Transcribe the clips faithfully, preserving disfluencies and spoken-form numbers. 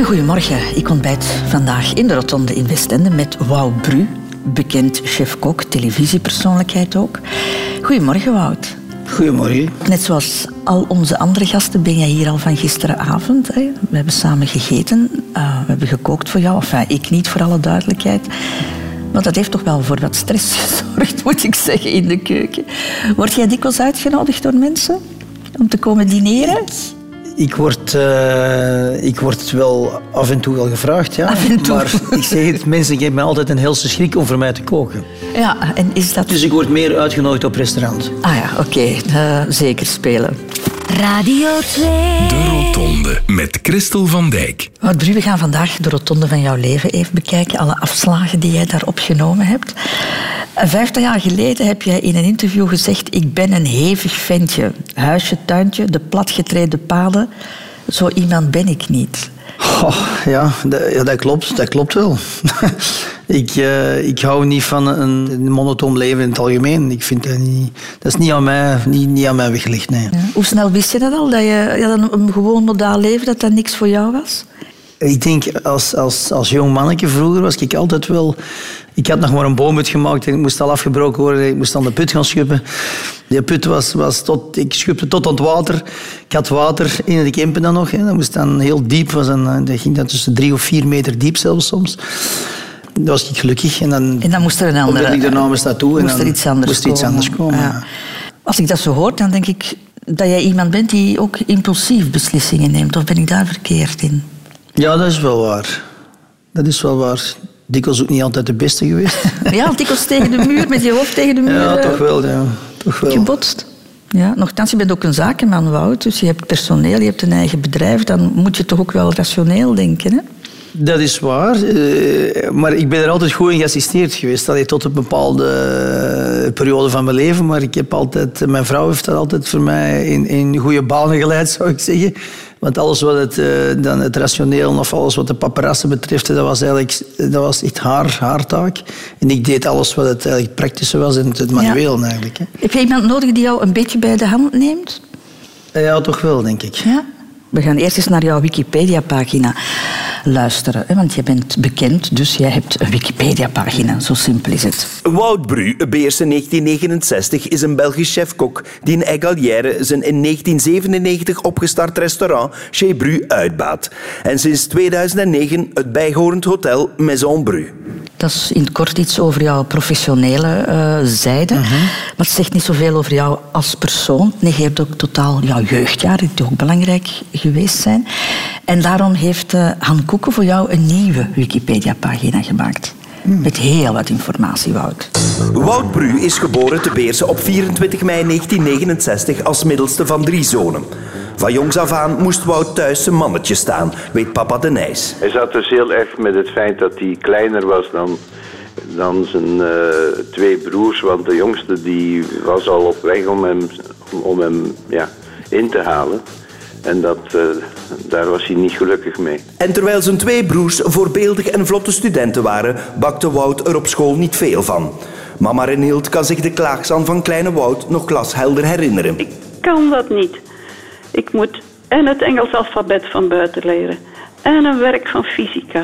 Goedemorgen, ik ontbijt vandaag in de Rotonde in Westende met Wout Bru, bekend chef-kok, televisiepersoonlijkheid ook. Goedemorgen, Wout. Goedemorgen. Net zoals al onze andere gasten ben jij hier al van gisteravond. Hè? We hebben samen gegeten, uh, we hebben gekookt voor jou. Enfin, ik niet, voor alle duidelijkheid. Want dat heeft toch wel voor wat stress gezorgd, moet ik zeggen, in de keuken. Word jij dikwijls uitgenodigd door mensen om te komen dineren? Ik word, uh, ik word wel af en toe wel gevraagd, ja. Af en toe. Maar ik zeg het, mensen geven mij altijd een helse schrik om voor mij te koken. Ja, en is dat... Dus ik word meer uitgenodigd op restaurant. Ah ja, oké. Okay. Uh, zeker spelen. Radio twee. De Rotonde met Christel van Dijk. Wout Bru, we gaan vandaag de rotonde van jouw leven even bekijken. Alle afslagen die jij daar opgenomen hebt. Vijftig jaar geleden heb jij in een interview gezegd: ik ben een hevig ventje. Huisje, tuintje, de platgetreden paden. Zo iemand ben ik niet. Oh, ja, dat, ja, dat klopt. Dat klopt wel. ik, uh, ik hou niet van een, een monotoon leven in het algemeen. Ik vind dat niet... Dat is niet aan mij, niet, niet aan mij weggelegd, nee. Ja. Hoe snel wist je dat al? Dat je ja, een, een gewoon modaal leven, dat dat niks voor jou was? Ik denk, als, als, als jong manneke vroeger was ik altijd wel... Ik had nog maar een boomhut gemaakt en ik moest al afgebroken worden. Ik moest aan de put gaan schuppen. Die put was, was tot... Ik schupte tot aan het water. Ik had water in de Kempen dan nog. Hè. Dat moest dan heel diep. Was dan, dat ging dan tussen drie of vier meter diep zelfs soms. Dan was ik gelukkig. En dan, en dan moest er een andere... Dan ben ik daarna eens naartoe. Moest er iets anders moest er iets anders komen. Ja. Ja. Als ik dat zo hoor, dan denk ik dat jij iemand bent die ook impulsief beslissingen neemt. Of ben ik daar verkeerd in? Ja, dat is wel waar. Dat is wel waar. Dikwijls ook niet altijd de beste geweest. Ja, dikwijls tegen de muur, met je hoofd tegen de muur. Ja, toch wel. Ja. Toch wel. Gebotst. Ja, nochtans, je bent ook een zakenman, Wout. Dus je hebt personeel, je hebt een eigen bedrijf. Dan moet je toch ook wel rationeel denken, hè? Dat is waar. Maar ik ben er altijd goed in geassisteerd geweest. Allee, tot een bepaalde periode van mijn leven. Maar ik heb altijd, mijn vrouw heeft dat altijd voor mij in, in goede banen geleid, zou ik zeggen. Want alles wat het, dan het rationeel of alles wat de paparazzen betreft, dat was eigenlijk dat was echt haar, haar taak. En ik deed alles wat het eigenlijk praktische was en het manueel, ja. Eigenlijk. Hè. Heb je iemand nodig die jou een beetje bij de hand neemt? Ja, toch wel, denk ik. Ja? We gaan eerst eens naar jouw Wikipedia-pagina luisteren. Want je bent bekend, dus jij hebt een Wikipedia-pagina. Zo simpel is het. Wout Bru, Beerse negentien negenenzestig, is een Belgisch chef-kok die in Egallière zijn in negentien zevenennegentig opgestart restaurant Chez Bru uitbaat. En sinds tweeduizend negen het bijhorend hotel Maison Bru. Dat is in het kort iets over jouw professionele uh, zijde. Uh-huh. Maar het zegt niet zoveel over jou als persoon. Nee, je hebt ook totaal jouw jeugdjaren, die ook belangrijk geweest zijn. En daarom heeft uh, Han Koeken voor jou een nieuwe Wikipedia-pagina gemaakt. Hmm. Met heel wat informatie, Wout. Wout Bru is geboren te Beerse op vierentwintig mei negentien negenenzestig als middelste van drie zonen. Van jongs af aan moest Wout thuis zijn mannetje staan, weet papa de Nijs. Hij zat dus heel erg met het feit dat hij kleiner was dan, dan zijn uh, twee broers. Want de jongste die was al op weg om hem, om hem ja, in te halen. En dat, uh, daar was hij niet gelukkig mee. En terwijl zijn twee broers voorbeeldig en vlotte studenten waren, bakte Wout er op school niet veel van. Mama Renhild kan zich de klaagzang van kleine Wout nog glashelder herinneren. Ik kan dat niet. Ik moet en het Engels alfabet van buiten leren. En een werk van fysica.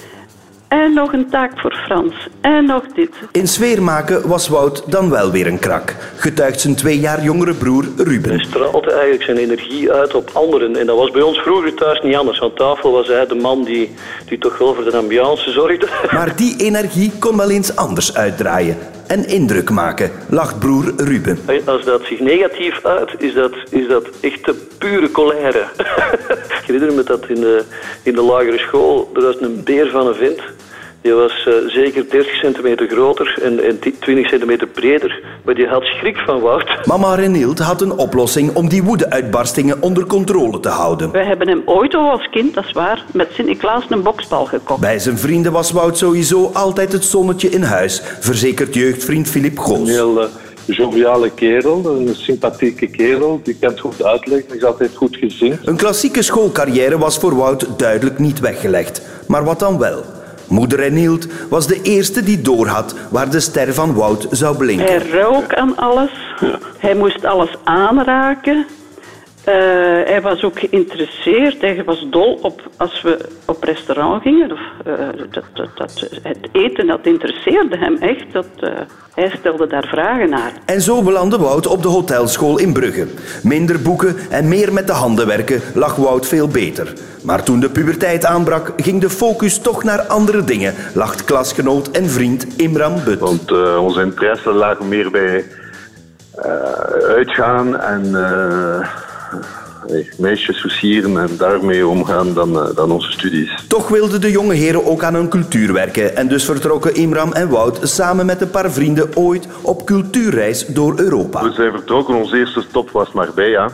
En nog een taak voor Frans. En nog dit. In sfeer maken was Wout dan wel weer een krak. Getuigt zijn twee jaar jongere broer Ruben. Hij straalde eigenlijk zijn energie uit op anderen. En dat was bij ons vroeger thuis niet anders. Aan tafel was hij de man die, die toch wel voor de ambiance zorgde. Maar die energie kon wel eens anders uitdraaien. En indruk maken, lacht broer Ruben. Als dat zich negatief uit, is dat, is dat echt de pure colère. Ik herinner me dat in de, in de lagere school, er was een beer van een vent. Die was uh, zeker dertig centimeter groter en, en twintig centimeter breder. Maar die had schrik van Wout. Mama Renhild had een oplossing om die woede-uitbarstingen onder controle te houden. We hebben hem ooit al als kind, dat is waar, met Sint-Niklaas een boksbal gekocht. Bij zijn vrienden was Wout sowieso altijd het zonnetje in huis, verzekert jeugdvriend Filip Goos. Een heel uh, joviale kerel, een sympathieke kerel. Die kent goed uitleggen, is altijd goed gezind. Een klassieke schoolcarrière was voor Wout duidelijk niet weggelegd. Maar wat dan wel? Moeder Renhild was de eerste die doorhad waar de ster van Wout zou blinken. Hij rook aan alles. Ja. Hij moest alles aanraken. hij was ook geïnteresseerd. Hij was dol op als we op restaurant gingen. Of, uh, dat, dat, dat, het eten, dat interesseerde hem echt. Dat, uh, hij stelde daar vragen naar. En zo belandde Wout op de hotelschool in Brugge. Minder boeken en meer met de handen werken lag Wout veel beter. Maar toen de puberteit aanbrak, ging de focus toch naar andere dingen, lacht klasgenoot en vriend Imran But. Want uh, onze interesse lagen meer bij uh, uitgaan en uh, meisjes versieren en daarmee omgaan dan, uh, dan onze studies. Toch wilden de jonge heren ook aan hun cultuur werken en dus vertrokken Imran en Wout samen met een paar vrienden ooit op cultuurreis door Europa. We zijn vertrokken, onze eerste stop was Marbella.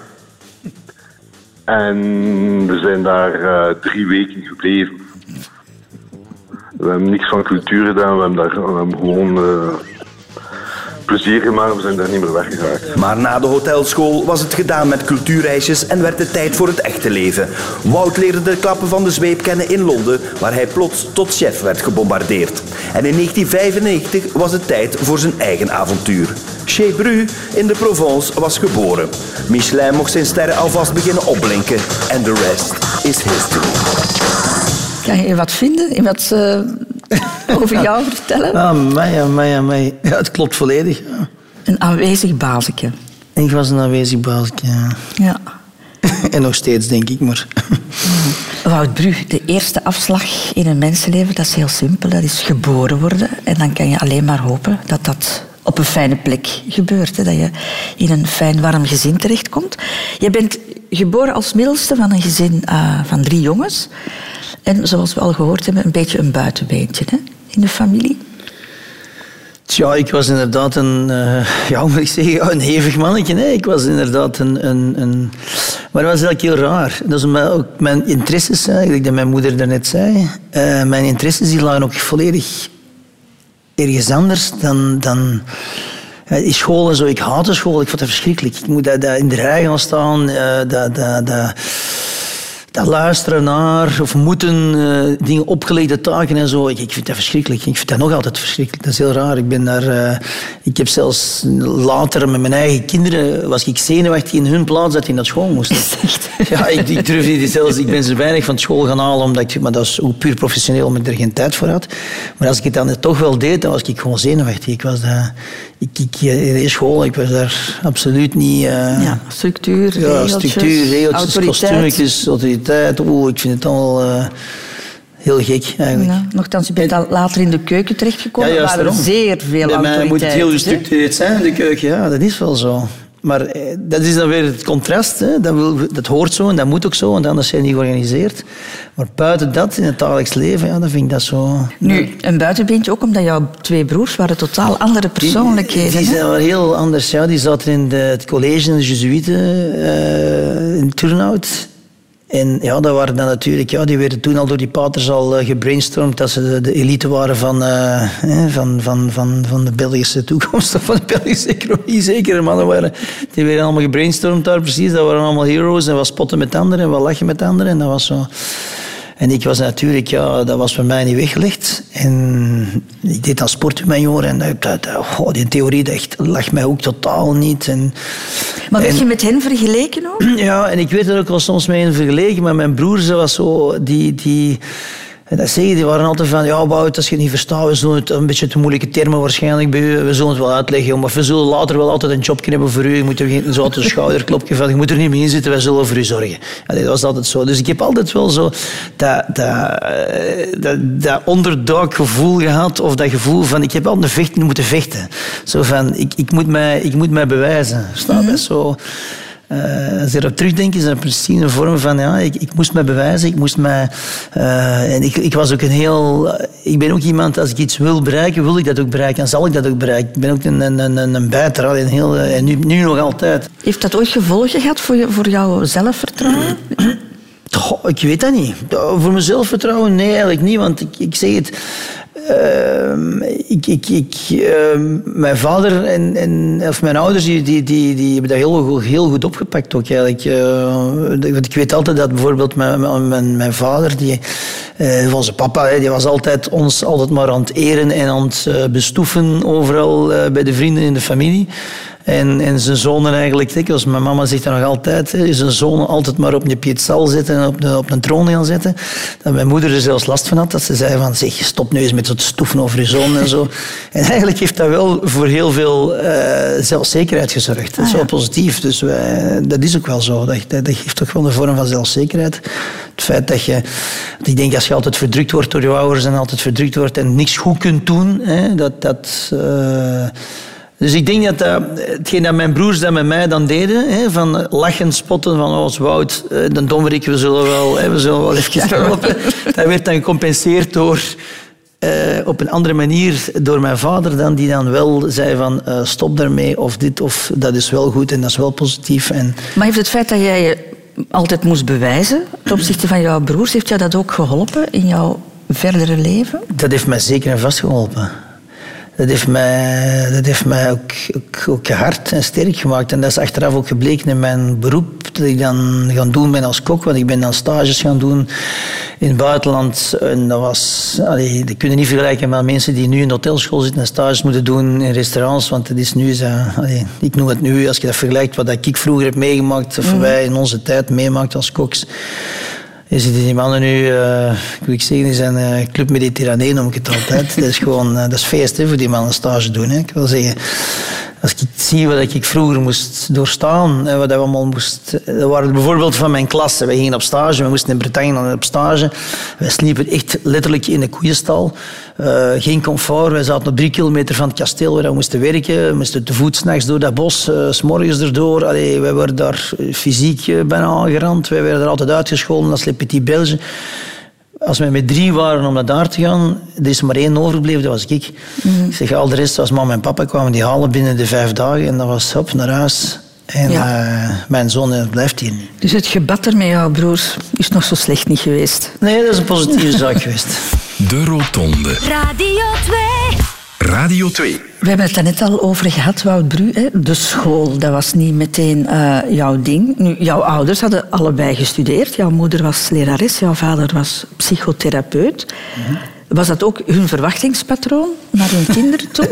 En we zijn daar uh, drie weken gebleven. We hebben niks van cultuur gedaan, we hebben, daar, we hebben gewoon uh, plezier gemaakt, we zijn daar niet meer weggeraakt. Maar na de hotelschool was het gedaan met cultuurreisjes en werd het tijd voor het echte leven. Wout leerde de klappen van de zweep kennen in Londen, waar hij plots tot chef werd gebombardeerd. En in negentien vijfennegentig was het tijd voor zijn eigen avontuur. Chez Bru in de Provence was geboren. Michelin mocht zijn sterren alvast beginnen opblinken. En de rest is history. Kan je wat vinden? In wat uh, over jou vertellen? Ah, mij, mij, mij. Ja, het klopt volledig. Ja. Een aanwezig bazeke. Ik was een aanwezig bazeke, ja. Ja. En nog steeds, denk ik, maar... Wout Bru, de eerste afslag in een mensenleven, dat is heel simpel. Dat is geboren worden. En dan kan je alleen maar hopen dat dat op een fijne plek gebeurt. Hè, dat je in een fijn, warm gezin terechtkomt. Je bent geboren als middelste van een gezin uh, van drie jongens. En zoals we al gehoord hebben, een beetje een buitenbeentje, hè, in de familie. Ja, ik was inderdaad een, uh, ja, hoe moet ik zeggen, een hevig mannetje. Hè. Ik was inderdaad een, een, een... Maar dat was eigenlijk heel raar. Dat is ook mijn interesses, eigenlijk, dat mijn moeder daarnet zei. Uh, mijn interesses die lagen ook volledig ergens anders dan... dan uh, school en zo. Ik haatte school, ik vond dat verschrikkelijk. Ik moet dat, dat in de rij gaan staan, uh, dat... dat, dat Dat luisteren naar of moeten uh, dingen opgelegde taken en zo. Ik, ik vind dat verschrikkelijk. Ik vind dat nog altijd verschrikkelijk. Dat is heel raar. Ik ben daar... Uh, ik heb zelfs later met mijn eigen kinderen... was ik zenuwachtig in hun plaats dat die naar school moesten. Ja, ik, ik durf niet zelfs... Ik ben ze weinig van school gaan halen, omdat ik... Maar dat is ook puur professioneel, omdat ik er geen tijd voor had. Maar als ik het dan toch wel deed, dan was ik gewoon zenuwachtig. Ik was daar... Ik, ik, in school, ik was daar absoluut niet... Uh, ja, structuur, ja, regeltjes, structuur, regeltjes, autoriteit. autoriteit. Oeh, ik vind het allemaal uh, heel gek, eigenlijk. Ja, nochtans, je bent al later in de keuken terechtgekomen. Ja, waar er zeer veel Bij mij moet het heel gestructureerd zijn in de keuken. Ja, dat is wel zo. Maar eh, dat is dan weer het contrast. Hè. Dat, wil, dat hoort zo en dat moet ook zo, want anders zijn die georganiseerd. Maar buiten dat, in het dagelijks leven, ja, dan vind ik dat zo... Nu, een buitenbeentje ook, omdat jouw twee broers waren totaal andere persoonlijkheden. Die, die zijn wel heel anders. Ja. Die zaten in de, het college in de Jezuïeten uh, in Turnhout. En ja, dat waren dan natuurlijk, ja, die werden toen al door die paters al uh, gebrainstormd dat ze de, de elite waren van, uh, van, van, van, van de Belgische toekomst, of van de Belgische economie. Zeker, mannen waren, die werden allemaal gebrainstormd daar, precies. Dat waren allemaal heroes en wat spotten met anderen en wat lachen met anderen. En dat was zo... En ik was natuurlijk, ja, dat was bij mij niet weggelegd. En ik deed dan sport in mijn jaren en dat, dat, oh, die theorie dat echt, lag mij ook totaal niet. En, maar werd en, je met hen vergeleken ook? Ja, en ik werd er ook wel soms mee vergeleken, maar mijn broer was zo, die... die En dat zeggen, die waren altijd van, ja Wout, als je het niet verstaat, we zullen het een beetje te moeilijke termen waarschijnlijk bij u, we zullen het wel uitleggen, maar we zullen later wel altijd een jobje hebben voor u, je moet er geen zo altijd een schouderklopje van, je moet er niet mee in zitten, wij zullen voor u zorgen. Ja, dat was altijd zo. Dus ik heb altijd wel zo dat, dat, dat, dat underdog-gevoel gehad, of dat gevoel van, ik heb altijd een vechten moeten vechten. Zo van, ik, ik, moet, mij, ik moet mij bewijzen. Staat mm-hmm. zo... Uh, als je erop terugdenkt, is dat precies een vorm van... Ja, ik, ik moest mij bewijzen, ik moest mij... Uh, en ik, ik was ook een heel... Ik ben ook iemand, als ik iets wil bereiken, wil ik dat ook bereiken. En zal ik dat ook bereiken. Ik ben ook een, een, een, een bijter, een heel, en nu, nu nog altijd. Heeft dat ooit gevolgen gehad voor, je, voor jouw zelfvertrouwen? Goh, ik weet dat niet. Voor mijn zelfvertrouwen, nee, eigenlijk niet. Want ik, ik zeg het... Uh, ik, ik, ik, uh, mijn vader en, en of mijn ouders die, die, die, die hebben dat heel, heel goed opgepakt ook eigenlijk. Uh, ik weet altijd dat bijvoorbeeld mijn, mijn, mijn vader, die, uh, onze papa, die was altijd ons altijd maar aan het eren en aan het uh, bestoeven overal uh, bij de vrienden in de familie. En, en zijn zonen eigenlijk dikwijls. Mijn mama zegt dat nog altijd. Hè, zijn zonen altijd maar op een piedestal zetten en op, de, op een troon gaan zetten. Dat mijn moeder er zelfs last van had. Dat ze zei van, zeg, stop nu eens met het stoeven over je zoon en zo. En eigenlijk heeft dat wel voor heel veel uh, zelfzekerheid gezorgd. Dat is wel ah, ja. positief. Dus wij, dat is ook wel zo. Dat, dat, dat geeft toch wel een vorm van zelfzekerheid. Het feit dat je... Want ik denk, als je altijd verdrukt wordt door je ouders en altijd verdrukt wordt en niks goed kunt doen, hè, dat... dat uh, Dus ik denk dat uh, hetgeen dat mijn broers dat met mij dan deden, hè, van lachen, spotten, van oh, Wout, uh, de dommerik, we zullen wel, hè, we zullen wel even helpen. Dat werd dan gecompenseerd door, uh, op een andere manier door mijn vader dan, die dan wel zei van uh, stop daarmee, of dit, of dat is wel goed en dat is wel positief. En... Maar heeft het feit dat jij je altijd moest bewijzen ten opzichte van jouw broers, heeft jou dat ook geholpen in jouw verdere leven? Dat heeft mij zeker en vast geholpen. Dat heeft mij, dat heeft mij ook, ook, ook hard en sterk gemaakt. En dat is achteraf ook gebleken in mijn beroep dat ik dan gaan doen ben als kok. Want ik ben dan stages gaan doen in het buitenland. En dat was... Allee, dat kun je niet vergelijken met mensen die nu in de hotelschool zitten en stages moeten doen in restaurants. Want het is nu... Zo, allee, ik noem het nu, als je dat vergelijkt wat ik vroeger heb meegemaakt, of mm. wij in onze tijd meemaakten als koks. Je ziet die mannen nu, uh, ik wil zeggen, die zijn uh, Club Mediterranee, noem ik het altijd. Dat is gewoon, uh, dat is feest hè, voor die mannen stage doen. Hè. Ik wil zeggen, als ik zie wat ik vroeger moest doorstaan, en wat we allemaal moest... Dat waren bijvoorbeeld van mijn klas. We gingen op stage, we moesten in Bretagne op stage. Wij sliepen echt letterlijk in een koeienstal. Uh, geen comfort. Wij zaten op drie kilometer van het kasteel waar we moesten werken. We moesten te voet 's nachts door dat bos, uh, 's morgens erdoor. Allee, wij werden daar fysiek uh, bijna aangerand. Wij werden er altijd uitgescholden als les petits Belges. Als wij met drie waren om naar daar te gaan, er is maar één overgebleven, dat was ik. Mm. Ik zeg, al de rest was mama en papa, kwamen die halen binnen de vijf dagen. En dat was hop, naar huis. En ja. uh, mijn zoon blijft hier niet. Dus het gebatter met jouw broers is nog zo slecht niet geweest? Nee, dat is een positieve zaak geweest. De Rotonde. Radio twee. Radio twee. We hebben het er net al over gehad, Wout Bru. Hè? De school, dat was niet meteen uh, jouw ding. Nu, jouw ouders hadden allebei gestudeerd. Jouw moeder was lerares, jouw vader was psychotherapeut. Mm-hmm. Was dat ook hun verwachtingspatroon naar hun kinderen toe?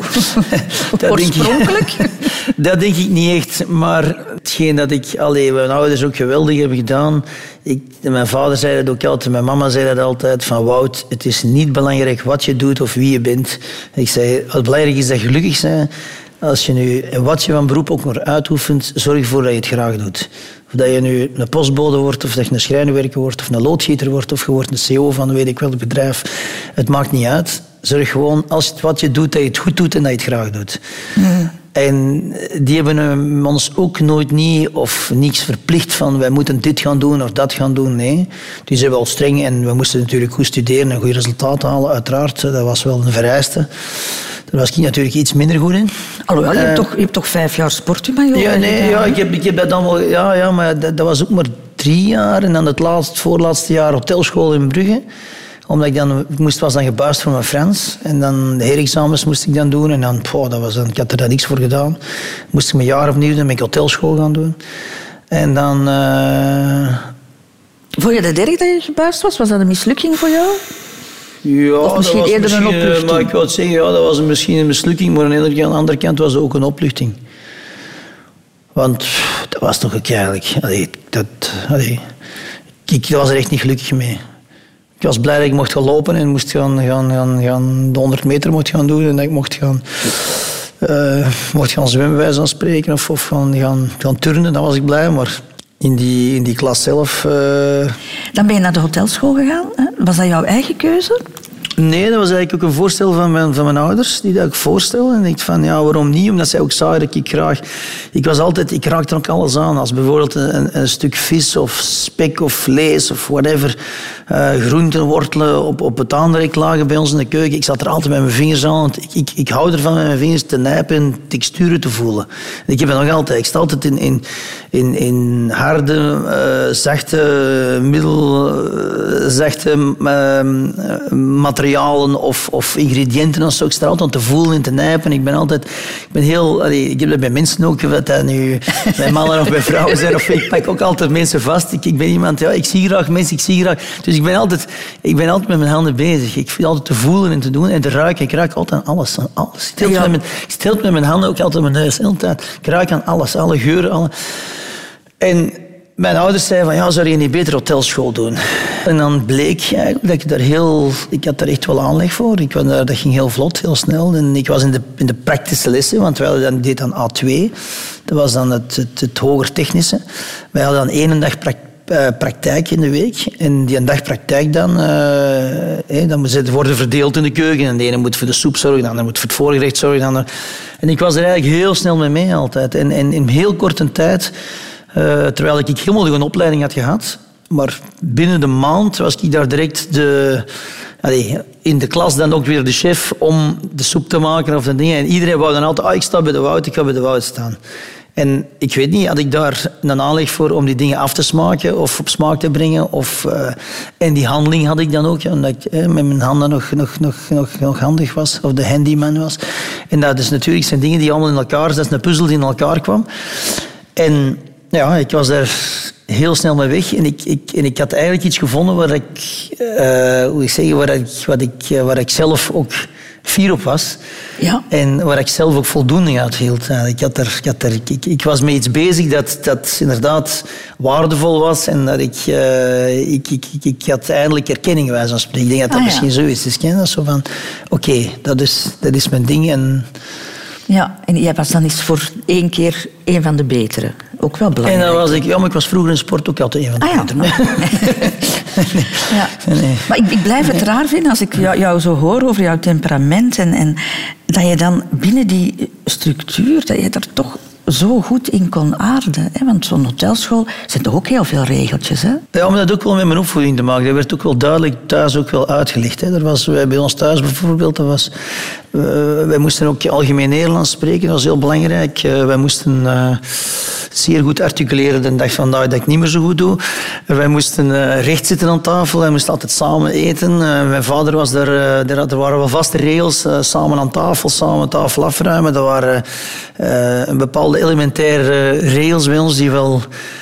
dat Oorspronkelijk? Denk ik, dat denk ik niet echt. Maar hetgeen dat ik... Allee, mijn ouders ook geweldig hebben gedaan. Ik, mijn vader zei dat ook altijd. Mijn mama zei dat altijd. Van Wout, het is niet belangrijk wat je doet of wie je bent. Ik zei, het belangrijk is dat je gelukkig bent. Als je nu wat je van beroep ook maar uitoefent, zorg ervoor dat je het graag doet. Of dat je nu een postbode wordt, of dat je een schrijnwerker wordt, of een loodgieter wordt, of je wordt een C E O van weet ik welk bedrijf. Het maakt niet uit. Zorg gewoon, als het wat je doet, dat je het goed doet en dat je het graag doet. Mm. En die hebben ons ook nooit niet of niets verplicht van wij moeten dit gaan doen of dat gaan doen. Nee, die zijn wel streng en we moesten natuurlijk goed studeren en goede resultaten halen, uiteraard. Dat was wel een vereiste. Daar was ik natuurlijk iets minder goed in. Alhoewel, je, uh, hebt toch, je hebt toch vijf jaar sporthumaniora? Ja, nee, ja, ik, heb, ik heb dat allemaal... Ja, ja maar dat, dat was ook maar drie jaar. En dan het laatste, voorlaatste jaar hotelschool in Brugge. Omdat ik dan... Ik moest, was dan gebuist voor mijn Frans. En dan de herexamens moest ik dan doen. En dan... Poh, dat was dan, ik had er dan niks voor gedaan. Moest ik mijn jaar opnieuw doen. Ben ik hotelschool gaan doen. En dan... Uh... Vond je dat erg dat je gebuist was? Was dat een mislukking voor jou? Ja, of misschien dat was eerder misschien, een opluchting? Maar ik wou zeggen, ja, dat was misschien een mislukking, maar aan de andere kant was het ook een opluchting. Want dat was toch ook eigenlijk... Allee, dat, allee, ik, ik was er echt niet gelukkig mee. Ik was blij dat ik mocht gaan lopen en moest gaan, gaan, gaan, gaan de honderd meter mocht gaan doen en dat ik mocht gaan, uh, mocht gaan zwemmen, bij wijze van spreken, of, of gaan, gaan, gaan turnen. Dan was ik blij, maar... In die, in die klas zelf... Uh... Dan ben je naar de hotelschool gegaan. Hè? Was dat jouw eigen keuze? Nee, dat was eigenlijk ook een voorstel van mijn, van mijn ouders. Die dat ik voorstelde. En ik dacht van, ja, waarom niet? Omdat zij ook zagen dat ik graag... Ik was altijd... Ik raakte ook alles aan. Als bijvoorbeeld een, een stuk vis of spek of vlees of whatever. Uh, groenten, wortelen op, op het aanrecht lagen bij ons in de keuken. Ik zat er altijd met mijn vingers aan. Want ik, ik, ik hou ervan met mijn vingers te nijpen en texturen te voelen. En ik heb het nog altijd. Ik sta altijd in, in, in, in harde, uh, zachte, middelzachte uh, materialen materialen of, of ingrediënten of zo. Ik sta altijd aan te voelen en te nijpen. Ik ben altijd... Ik ben heel... Allee, ik heb dat bij mensen ook, of dat nu bij mannen of bij vrouwen zijn. Of ik pak ook altijd mensen vast. Ik, ik ben iemand... Ja, ik zie graag mensen, ik zie graag... Dus ik ben altijd, ik ben altijd met mijn handen bezig. Ik vind altijd te voelen en te doen en te ruiken. Ik ruik altijd aan alles. Aan alles. Ik stil met, stil met mijn handen ook altijd aan mijn neus. Altijd. Ik ruik aan alles. Alle geuren. Alle... En... Mijn ouders zeiden van, ja, zou je niet beter hotelschool doen? En dan bleek eigenlijk dat ik daar heel... Ik had daar echt wel aanleg voor. Ik was daar, dat ging heel vlot, heel snel. En ik was in de, in de praktische lessen, want wij hadden dan, deed dan A twee. Dat was dan het, het, het hoger technische. Wij hadden dan één dag praktijk. praktijk in de week. En die een dag praktijk dan, uh, dan moet worden verdeeld in de keuken. En de ene moet voor de soep zorgen, de andere moet voor het voorgerecht zorgen. En ik was er eigenlijk heel snel mee mee altijd. En, en in heel korte tijd... Uh, terwijl ik helemaal een opleiding had gehad. Maar binnen de maand was ik daar direct de, allee, in de klas dan ook weer de chef om de soep te maken of de dingen. En iedereen wou dan altijd, ah, ik sta bij de Wout, ik ga bij de Wout staan. En ik weet niet, had ik daar een aanleg voor om die dingen af te smaken of op smaak te brengen? Of, uh, en die handeling had ik dan ook, ja, omdat ik eh, met mijn handen nog, nog, nog, nog, nog handig was, of de handyman was. En dat is natuurlijk zijn dingen die allemaal in elkaar, dat is een puzzel die in elkaar kwam. En... Ja, ik was daar heel snel mee weg en ik, ik, en ik had eigenlijk iets gevonden waar ik, uh, hoe ik zeggen, waar ik, wat ik, waar ik zelf ook fier op was. Ja. En waar ik zelf ook voldoening uit hield. Ik, had er, ik, had er, ik, ik was met iets bezig dat, dat inderdaad waardevol was en dat ik, uh, ik, ik, ik, ik had eindelijk erkenning bij van spreken. Ik denk dat dat ah, misschien ja. zo is. Dus dat zo van, oké, okay, dat, is, dat is mijn ding en... Ja, en jij was dan eens voor één keer een van de betere. Ook wel belangrijk. En dan was ik, ja, maar ik was vroeger in sport ook altijd een van de ah, betere. Ja. Nee. Ja. Nee. Maar ik, ik blijf het raar vinden als ik jou, jou zo hoor over jouw temperament en, en dat je dan binnen die structuur, dat je daar toch zo goed in kon aarden. Hè? Want zo'n hotelschool zijn toch ook heel veel regeltjes. Hè? Ja, maar dat had ook wel met mijn opvoeding te maken. Dat werd ook wel duidelijk thuis ook wel uitgelegd. Hè? Er was, bij ons thuis bijvoorbeeld, dat was, uh, wij moesten ook algemeen Nederlands spreken. Dat was heel belangrijk. Uh, wij moesten uh, zeer goed articuleren de dag van vandaag dat ik niet meer zo goed doe. Uh, wij moesten uh, recht zitten aan tafel. Wij moesten altijd samen eten. Uh, mijn vader was daar, uh, er waren wel vaste regels. Uh, samen aan tafel, samen tafel afruimen. Dat waren uh, een bepaalde elementaire regels bij ons die wel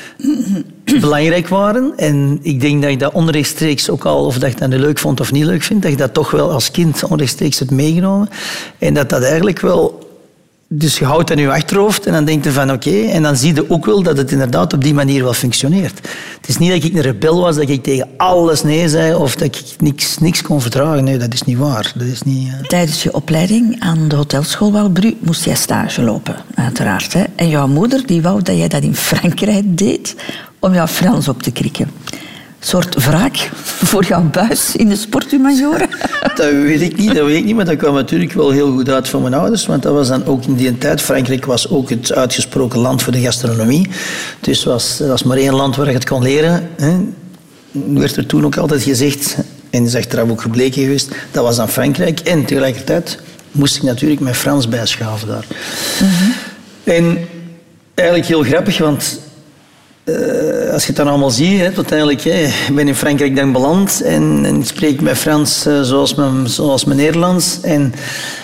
belangrijk waren. En ik denk dat ik dat onrechtstreeks ook al, of dat ik dat nu leuk vond of niet leuk vind, dat ik dat toch wel als kind onrechtstreeks heb meegenomen. En dat dat eigenlijk wel... Dus je houdt dat in je achterhoofd en dan denk je van oké. Okay, en dan zie je ook wel dat het inderdaad op die manier wel functioneert. Het is niet dat ik een rebel was, dat ik tegen alles nee zei of dat ik niks, niks kon verdragen. Nee, dat is niet waar. Dat is niet, uh... Tijdens je opleiding aan de hotelschool Walbru moest jij stage lopen, uiteraard. Hè? En jouw moeder die wou dat jij dat in Frankrijk deed om jouw Frans op te krikken. Een soort wraak voor jouw buis in de sporthumanioren? Dat weet ik niet, dat weet ik niet, maar dat kwam natuurlijk wel heel goed uit van mijn ouders, want dat was dan ook in die tijd. Frankrijk was ook het uitgesproken land voor de gastronomie. Dus was, er was maar één land waar je het kon leren. Hè. Werd er toen ook altijd gezegd, en is achteraf ook gebleken geweest, dat was dan Frankrijk. En tegelijkertijd moest ik natuurlijk mijn Frans bijschaven daar. Mm-hmm. En eigenlijk heel grappig, want... Uh, als je het dan allemaal ziet, hè, uiteindelijk, hè, ik ben in Frankrijk dan beland en, en ik spreek mijn Frans uh, zoals, mijn, zoals mijn Nederlands. En,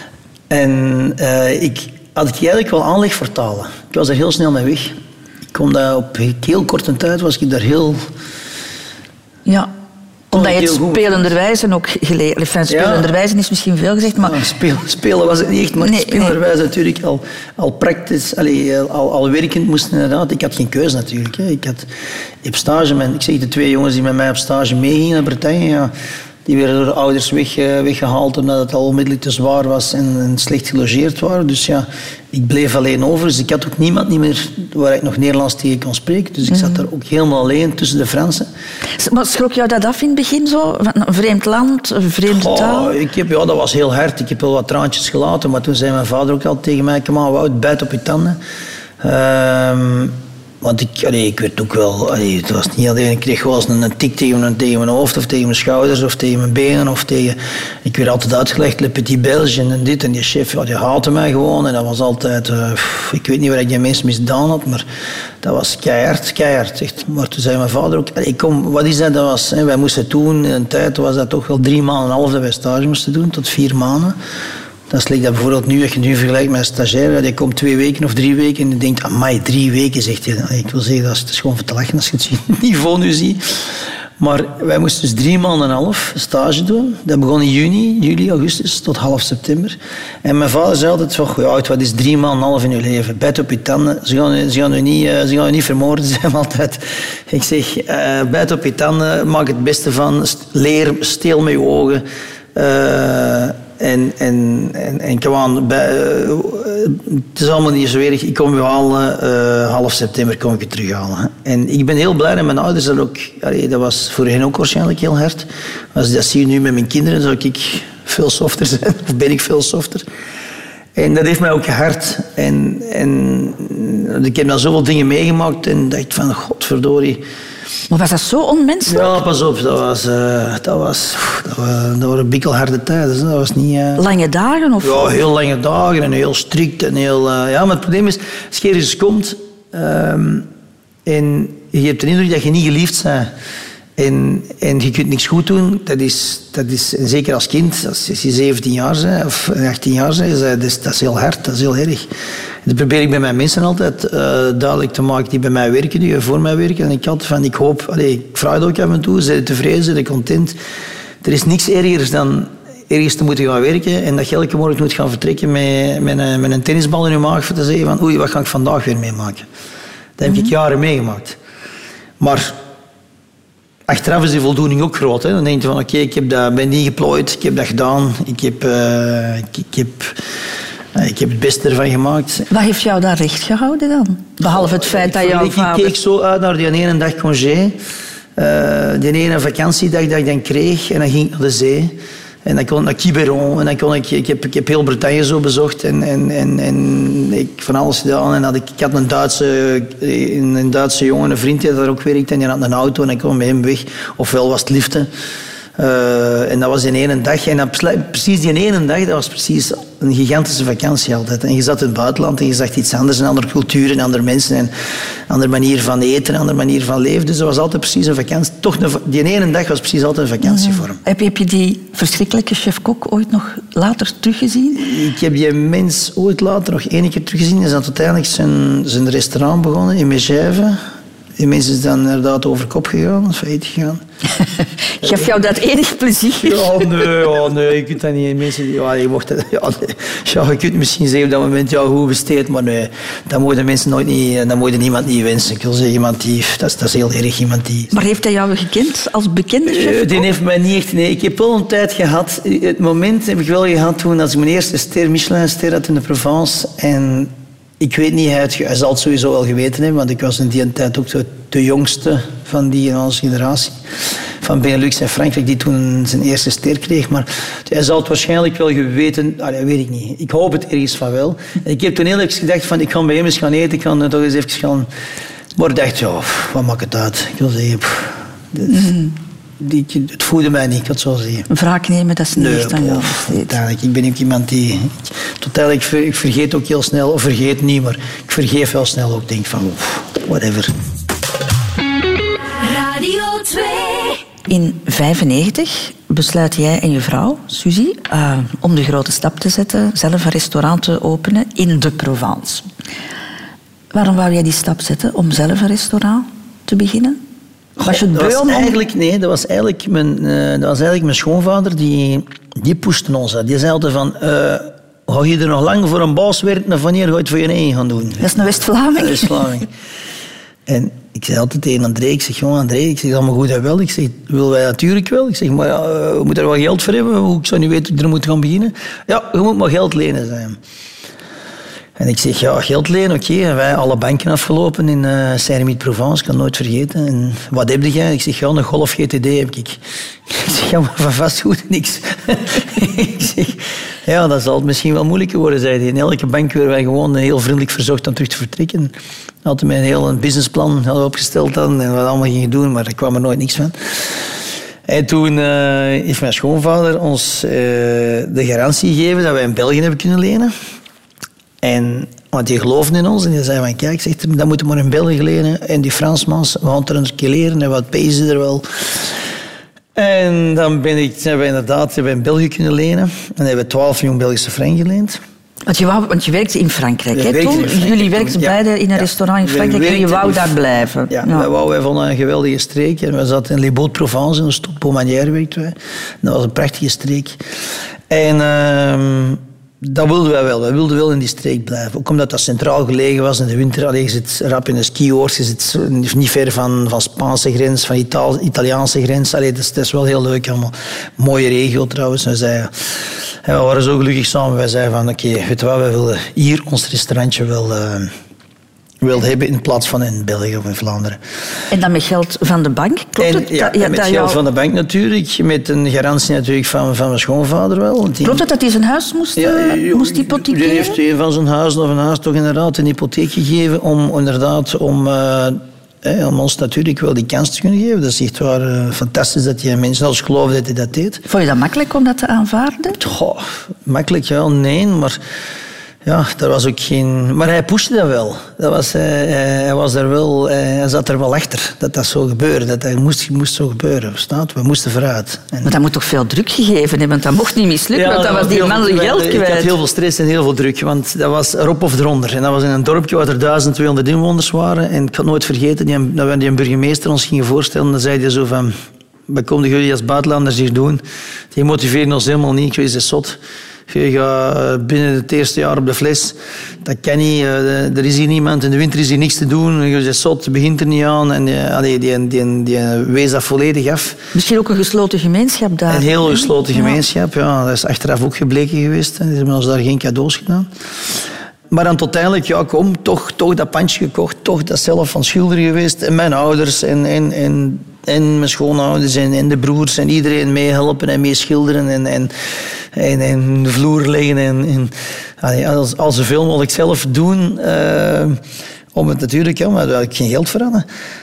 en uh, ik had ik eigenlijk wel aanleg voor talen. Ik was er heel snel mee weg. Ik kon dat op heel korte tijd, was ik daar heel... Ja. Omdat je het spelenderwijze ook geleerd... Enfin, spelenderwijze ja. is misschien veel gezegd, maar... Ja, speel, spelen was het niet echt, maar nee, spelenderwijze nee. natuurlijk al, al praktisch, allee, al, al werkend moest inderdaad. Ik had geen keuze natuurlijk. Hè. Ik had op stage, mijn, ik zeg de twee jongens die met mij op stage meegingen naar Bretagne, ja, die werden door de ouders weg, weggehaald omdat het al onmiddellijk te zwaar was en, en slecht gelogeerd waren. Dus ja, ik bleef alleen over. Dus ik had ook niemand niet meer waar ik nog Nederlands tegen kon spreken. Dus ik zat daar ook helemaal alleen tussen de Fransen. Maar schrok jou dat af in het begin zo? Een vreemd land, een vreemde taal? Oh, ik heb, ja, dat was heel hard. Ik heb wel wat traantjes gelaten. Maar toen zei mijn vader ook al tegen mij, kom aan, Wout, bijt op je tanden. Um, Want ik, allee, ik werd ook wel... Allee, het was niet alleen... Ik kreeg wel eens een, een tik tegen mijn, tegen mijn hoofd of tegen mijn schouders of tegen mijn benen of tegen... Ik werd altijd uitgelegd, le petit Belge en dit en die chef, ja, die haatte mij gewoon. En dat was altijd... Uh, pff, ik weet niet wat ik die mensen misdaan had, maar dat was keihard, keihard. Echt. Maar toen zei mijn vader ook... Ik kom, wat is dat? Dat was, hè, wij moesten toen, in een tijd was dat toch wel drie maanden en een half dat wij stage moesten doen, tot vier maanden. Dat is like dat bijvoorbeeld nu, als je nu vergelijkt met een stagiair, die komt twee weken of drie weken en je denkt, amai, drie weken, zegt hij. Ik wil zeggen, dat is, dat is gewoon voor te lachen als je het niveau nu ziet. Maar wij moesten dus drie maanden en een half stage doen. Dat begon in juni, juli, augustus, tot half september. En mijn vader zei altijd, oh, ja, wat is drie maanden en een half in je leven? Bijt op je tanden, ze gaan, ze gaan, u, niet, ze gaan u niet vermoorden, zei hij altijd. Ik zeg, uh, bijt op je tanden, maak het beste van, leer, steel met je ogen. Uh, En, en, en, en gewoon, bij, uh, het is allemaal niet zo erg. Ik kom je halen, uh, half september kom ik je terughalen. Hè. En ik ben heel blij dat mijn ouders dat ook... Allee, dat was voor hen ook waarschijnlijk heel hard. Als ik dat zie nu met mijn kinderen, zou ik veel softer zijn. Of ben ik veel softer. En dat heeft mij ook gehard. En, en ik heb dan zoveel dingen meegemaakt en dacht van, godverdorie... Maar was dat zo onmenselijk? Ja, pas op. Dat, was, uh, dat, was, dat, waren, dat waren bikkelharde tijden. Dat was niet... Uh... Lange dagen? Of... Ja, heel lange dagen en heel strikt. En heel, uh... Ja, maar het probleem is, als je ergens komt um, en je hebt de indruk dat je niet geliefd bent en, en je kunt niks goed doen, dat is, dat is en zeker als kind, als je zeventien jaar bent of achttien jaar bent, dat is, dat is heel hard, dat is heel erg. Dat probeer ik bij mijn mensen altijd uh, duidelijk te maken die bij mij werken, die voor mij werken. En ik had van, ik hoop, allez, ik vraag het ook af en toe, zijn ze tevreden, zijn ze content. Er is niks ergers dan ergens te moeten gaan werken en dat je elke morgen moet gaan vertrekken met, met, een, met een tennisbal in je maag voor te zeggen van, oei, wat ga ik vandaag weer meemaken? Dat heb ik jaren meegemaakt. Maar achteraf is die voldoening ook groot. Hè? Dan denk je van, oké, okay, ik heb dat, ben niet geplooid, ik heb dat gedaan, ik heb... Uh, ik, ik heb Ik heb het beste ervan gemaakt. Wat heeft jou daar recht gehouden dan? Behalve het feit dat jouw vader... Ik keek zo uit naar die ene dag congé. Uh, die ene vakantiedag dat ik dan kreeg. En dan ging ik naar de zee. En dan kon ik naar Quiberon. En dan kon ik... Ik heb, ik heb heel Bretagne zo bezocht. En, en, en, en ik van alles gedaan. En had ik, ik had een Duitse, een Duitse jongen, een vriend die daar ook werkte. En die had een auto. En ik kwam met hem weg. Ofwel was het liften. Uh, en dat was die ene dag. En dat, precies die ene dag, dat was precies een gigantische vakantie altijd. En je zat in het buitenland en je zag iets anders. Een andere cultuur, een andere mensen. En een andere manier van eten, een andere manier van leven. Dus dat was altijd precies een vakantie. Toch een, die ene dag was precies altijd een vakantie voor hem. Heb je, heb je die verschrikkelijke chef-kok ooit nog later teruggezien? Ik heb die mens ooit later nog één keer teruggezien. Hij is dan uiteindelijk zijn, zijn restaurant begonnen in Megève. Die mensen is dan inderdaad over kop gegaan, failliet gegaan. Geef jou dat enig plezier? Ja, nee, ja, nee, je kunt dat niet. Mensen, ja, je, mocht dat, ja, nee. Ja, je kunt misschien zeggen op dat moment, ja, goed besteed, maar nee, dat mogen mensen nooit niet, dat mogen niemand niet wensen. Ik wil zeggen, iemand die, dat is, dat is heel erg, iemand die... Maar heeft hij jou gekend als bekende chef? Uh, die heeft mij niet echt, nee. Ik heb wel een tijd gehad, het moment heb ik wel gehad toen als ik mijn eerste ster, Michelin-ster had in de Provence en... Ik weet niet, hij, hij zal het sowieso wel geweten hebben, want ik was in die tijd ook de, de jongste van die in onze generatie. Van Benelux en Frankrijk, die toen zijn eerste ster kreeg. Maar hij zal het waarschijnlijk wel geweten, allee, weet ik niet. Ik hoop het ergens van wel. En ik heb toen heel even gedacht, van, ik ga bij hem eens gaan eten, ik ga toch eens even gaan... Maar ik dacht, ja, wat maakt het uit? Ik wil zeggen, pff, dit, mm. die, het voedde mij niet, ik had het zo zeggen. Wraak nemen, dat is niet nee, echt aan jou. Uiteindelijk, ik ben ook iemand die... Ik, totaal, ik, ver, ik vergeet ook heel snel, of vergeet niet, maar ik vergeef heel snel ook. Denk van, pff, whatever. Radio twee. In vijfennegentig besluit jij en je vrouw, Suzy, uh, om de grote stap te zetten, zelf een restaurant te openen in de Provence. Waarom wou jij die stap zetten om zelf een restaurant te beginnen? Was je het dat was om... eigenlijk, nee, dat was eigenlijk mijn, uh, dat was eigenlijk mijn schoonvader, die, die pushte ons. Die zei altijd van, uh, ga je er nog lang voor een baas werken of wanneer ga je het voor je eigen gaan doen? Dat is een West-Vlaming. Een West-Vlaming. En ik zei altijd tegen André, ik zeg, jongen André, ik zeg, allemaal goed en wel. Ik zeg, willen wij natuurlijk wel. Ik zeg, maar ja, we moeten er wel geld voor hebben. Ik zou niet weten hoe ik er moet gaan beginnen. Ja, je moet maar geld lenen, zei hij. En ik zeg, ja, geld lenen, oké. Okay. En wij alle banken afgelopen in uh, Saint-Rémy-de-Provence, ik kan het nooit vergeten. En wat heb jij? Ik zeg, ja, een Golf G T D heb ik. Ik zeg, ja, maar van vastgoed niks. Ik zeg, ja, dat zal het misschien wel moeilijker worden, zei hij. In elke bank werden wij gewoon heel vriendelijk verzocht om terug te vertrekken. Hadden mij een heel businessplan opgesteld dan, en wat allemaal gingen doen, maar daar kwam er nooit niks van. En toen uh, heeft mijn schoonvader ons uh, de garantie gegeven dat wij in België hebben kunnen lenen. En, want die geloofde in ons en die zei van, kijk, zegt, dat moeten we maar in België lenen. En die Fransmans, we gaan het er een keer leren en wat pezen ze er wel. En dan ben ik, zijn we inderdaad hebben we in België kunnen lenen. En dan hebben we twaalf miljoen Belgische frank geleend. Want je, wou, want je werkte in Frankrijk, ja, hè, werkte toen? in Frankrijk. Jullie werkten ja. beide in een ja. restaurant in Frankrijk en je wou daar blijven. Ja, ja. Wij, wou, wij vonden een geweldige streek. En we zaten in Les Baux-de-Provence, in de stad Beaumanière werkten wij. Dat was een prachtige streek. En uh, dat wilden wij wel. Wij wilden wel in die streek blijven. Ook omdat dat centraal gelegen was in de winter. Allee, je zit rap in de skioord, je zit niet ver van, van Spaanse grens, van Itaal, Italiaanse grens. Allee, dat, is, dat is wel heel leuk allemaal. Mooie regio trouwens. We, zeiden, we waren zo gelukkig samen. Wij zeiden van, oké, okay, weet je wat, wij willen hier ons restaurantje wel... Uh, wil hebben in plaats van in België of in Vlaanderen. En dan met geld van de bank? Klopt en, het? Ja, ja, met dat geld jou... van de bank natuurlijk. Met een garantie natuurlijk van, van mijn schoonvader wel. Die... Klopt het dat hij zijn huis moest, ja, uh, moest hypothekeren? Die heeft een van zijn huizen of een huis toch inderdaad een hypotheek gegeven om inderdaad om... Uh, Hey, om ons natuurlijk wel die kans te kunnen geven. Dat is echt waar uh, fantastisch dat je mensen als geloofde dat hij dat deed. Vond je dat makkelijk om dat te aanvaarden? Goh, makkelijk, ja, nee, maar... Ja, daar was ook geen... Maar hij pushte dat wel. Dat was, uh, hij, was er wel uh, hij zat er wel achter dat dat zo gebeurde. Dat dat moest, moest zo gebeuren, verstaat? We moesten vooruit. En... Maar dat moet toch veel druk gegeven hebben? Want dat mocht niet mislukken, ja, want dan was die man zijn geld kwijt. Ik had heel veel stress en heel veel druk, want dat was erop of eronder. En dat was in een dorpje waar er duizend tweehonderd inwoners waren. En ik had nooit vergeten, die, dat we die burgemeester ons gingen voorstellen, dan zei hij zo van... Wat komen jullie als buitenlanders hier doen? Die motiveren ons helemaal niet, ik weet, is zot. Je gaat binnen het eerste jaar op de fles. Dat kan niet. Er is hier niemand. In de winter is hier niks te doen. Je zegt zot, het begint er niet aan. En die, die, die, die wees dat volledig af. Misschien ook een gesloten gemeenschap daar. Een heel gesloten ja. gemeenschap, ja. Dat is achteraf ook gebleken geweest. Ze hebben ons daar geen cadeaus gedaan. Maar dan tot uiteindelijk, ja kom, toch, toch dat pandje gekocht. Toch dat zelf van schilder geweest. En mijn ouders en... en, en En mijn schoonouders en, en de broers en iedereen meehelpen en meeschilderen en, en, en, en de vloer leggen. En, en, al, al zoveel mogelijk zelf doen. Uh, om het natuurlijk, ja, maar daar had ik geen geld voor hadden.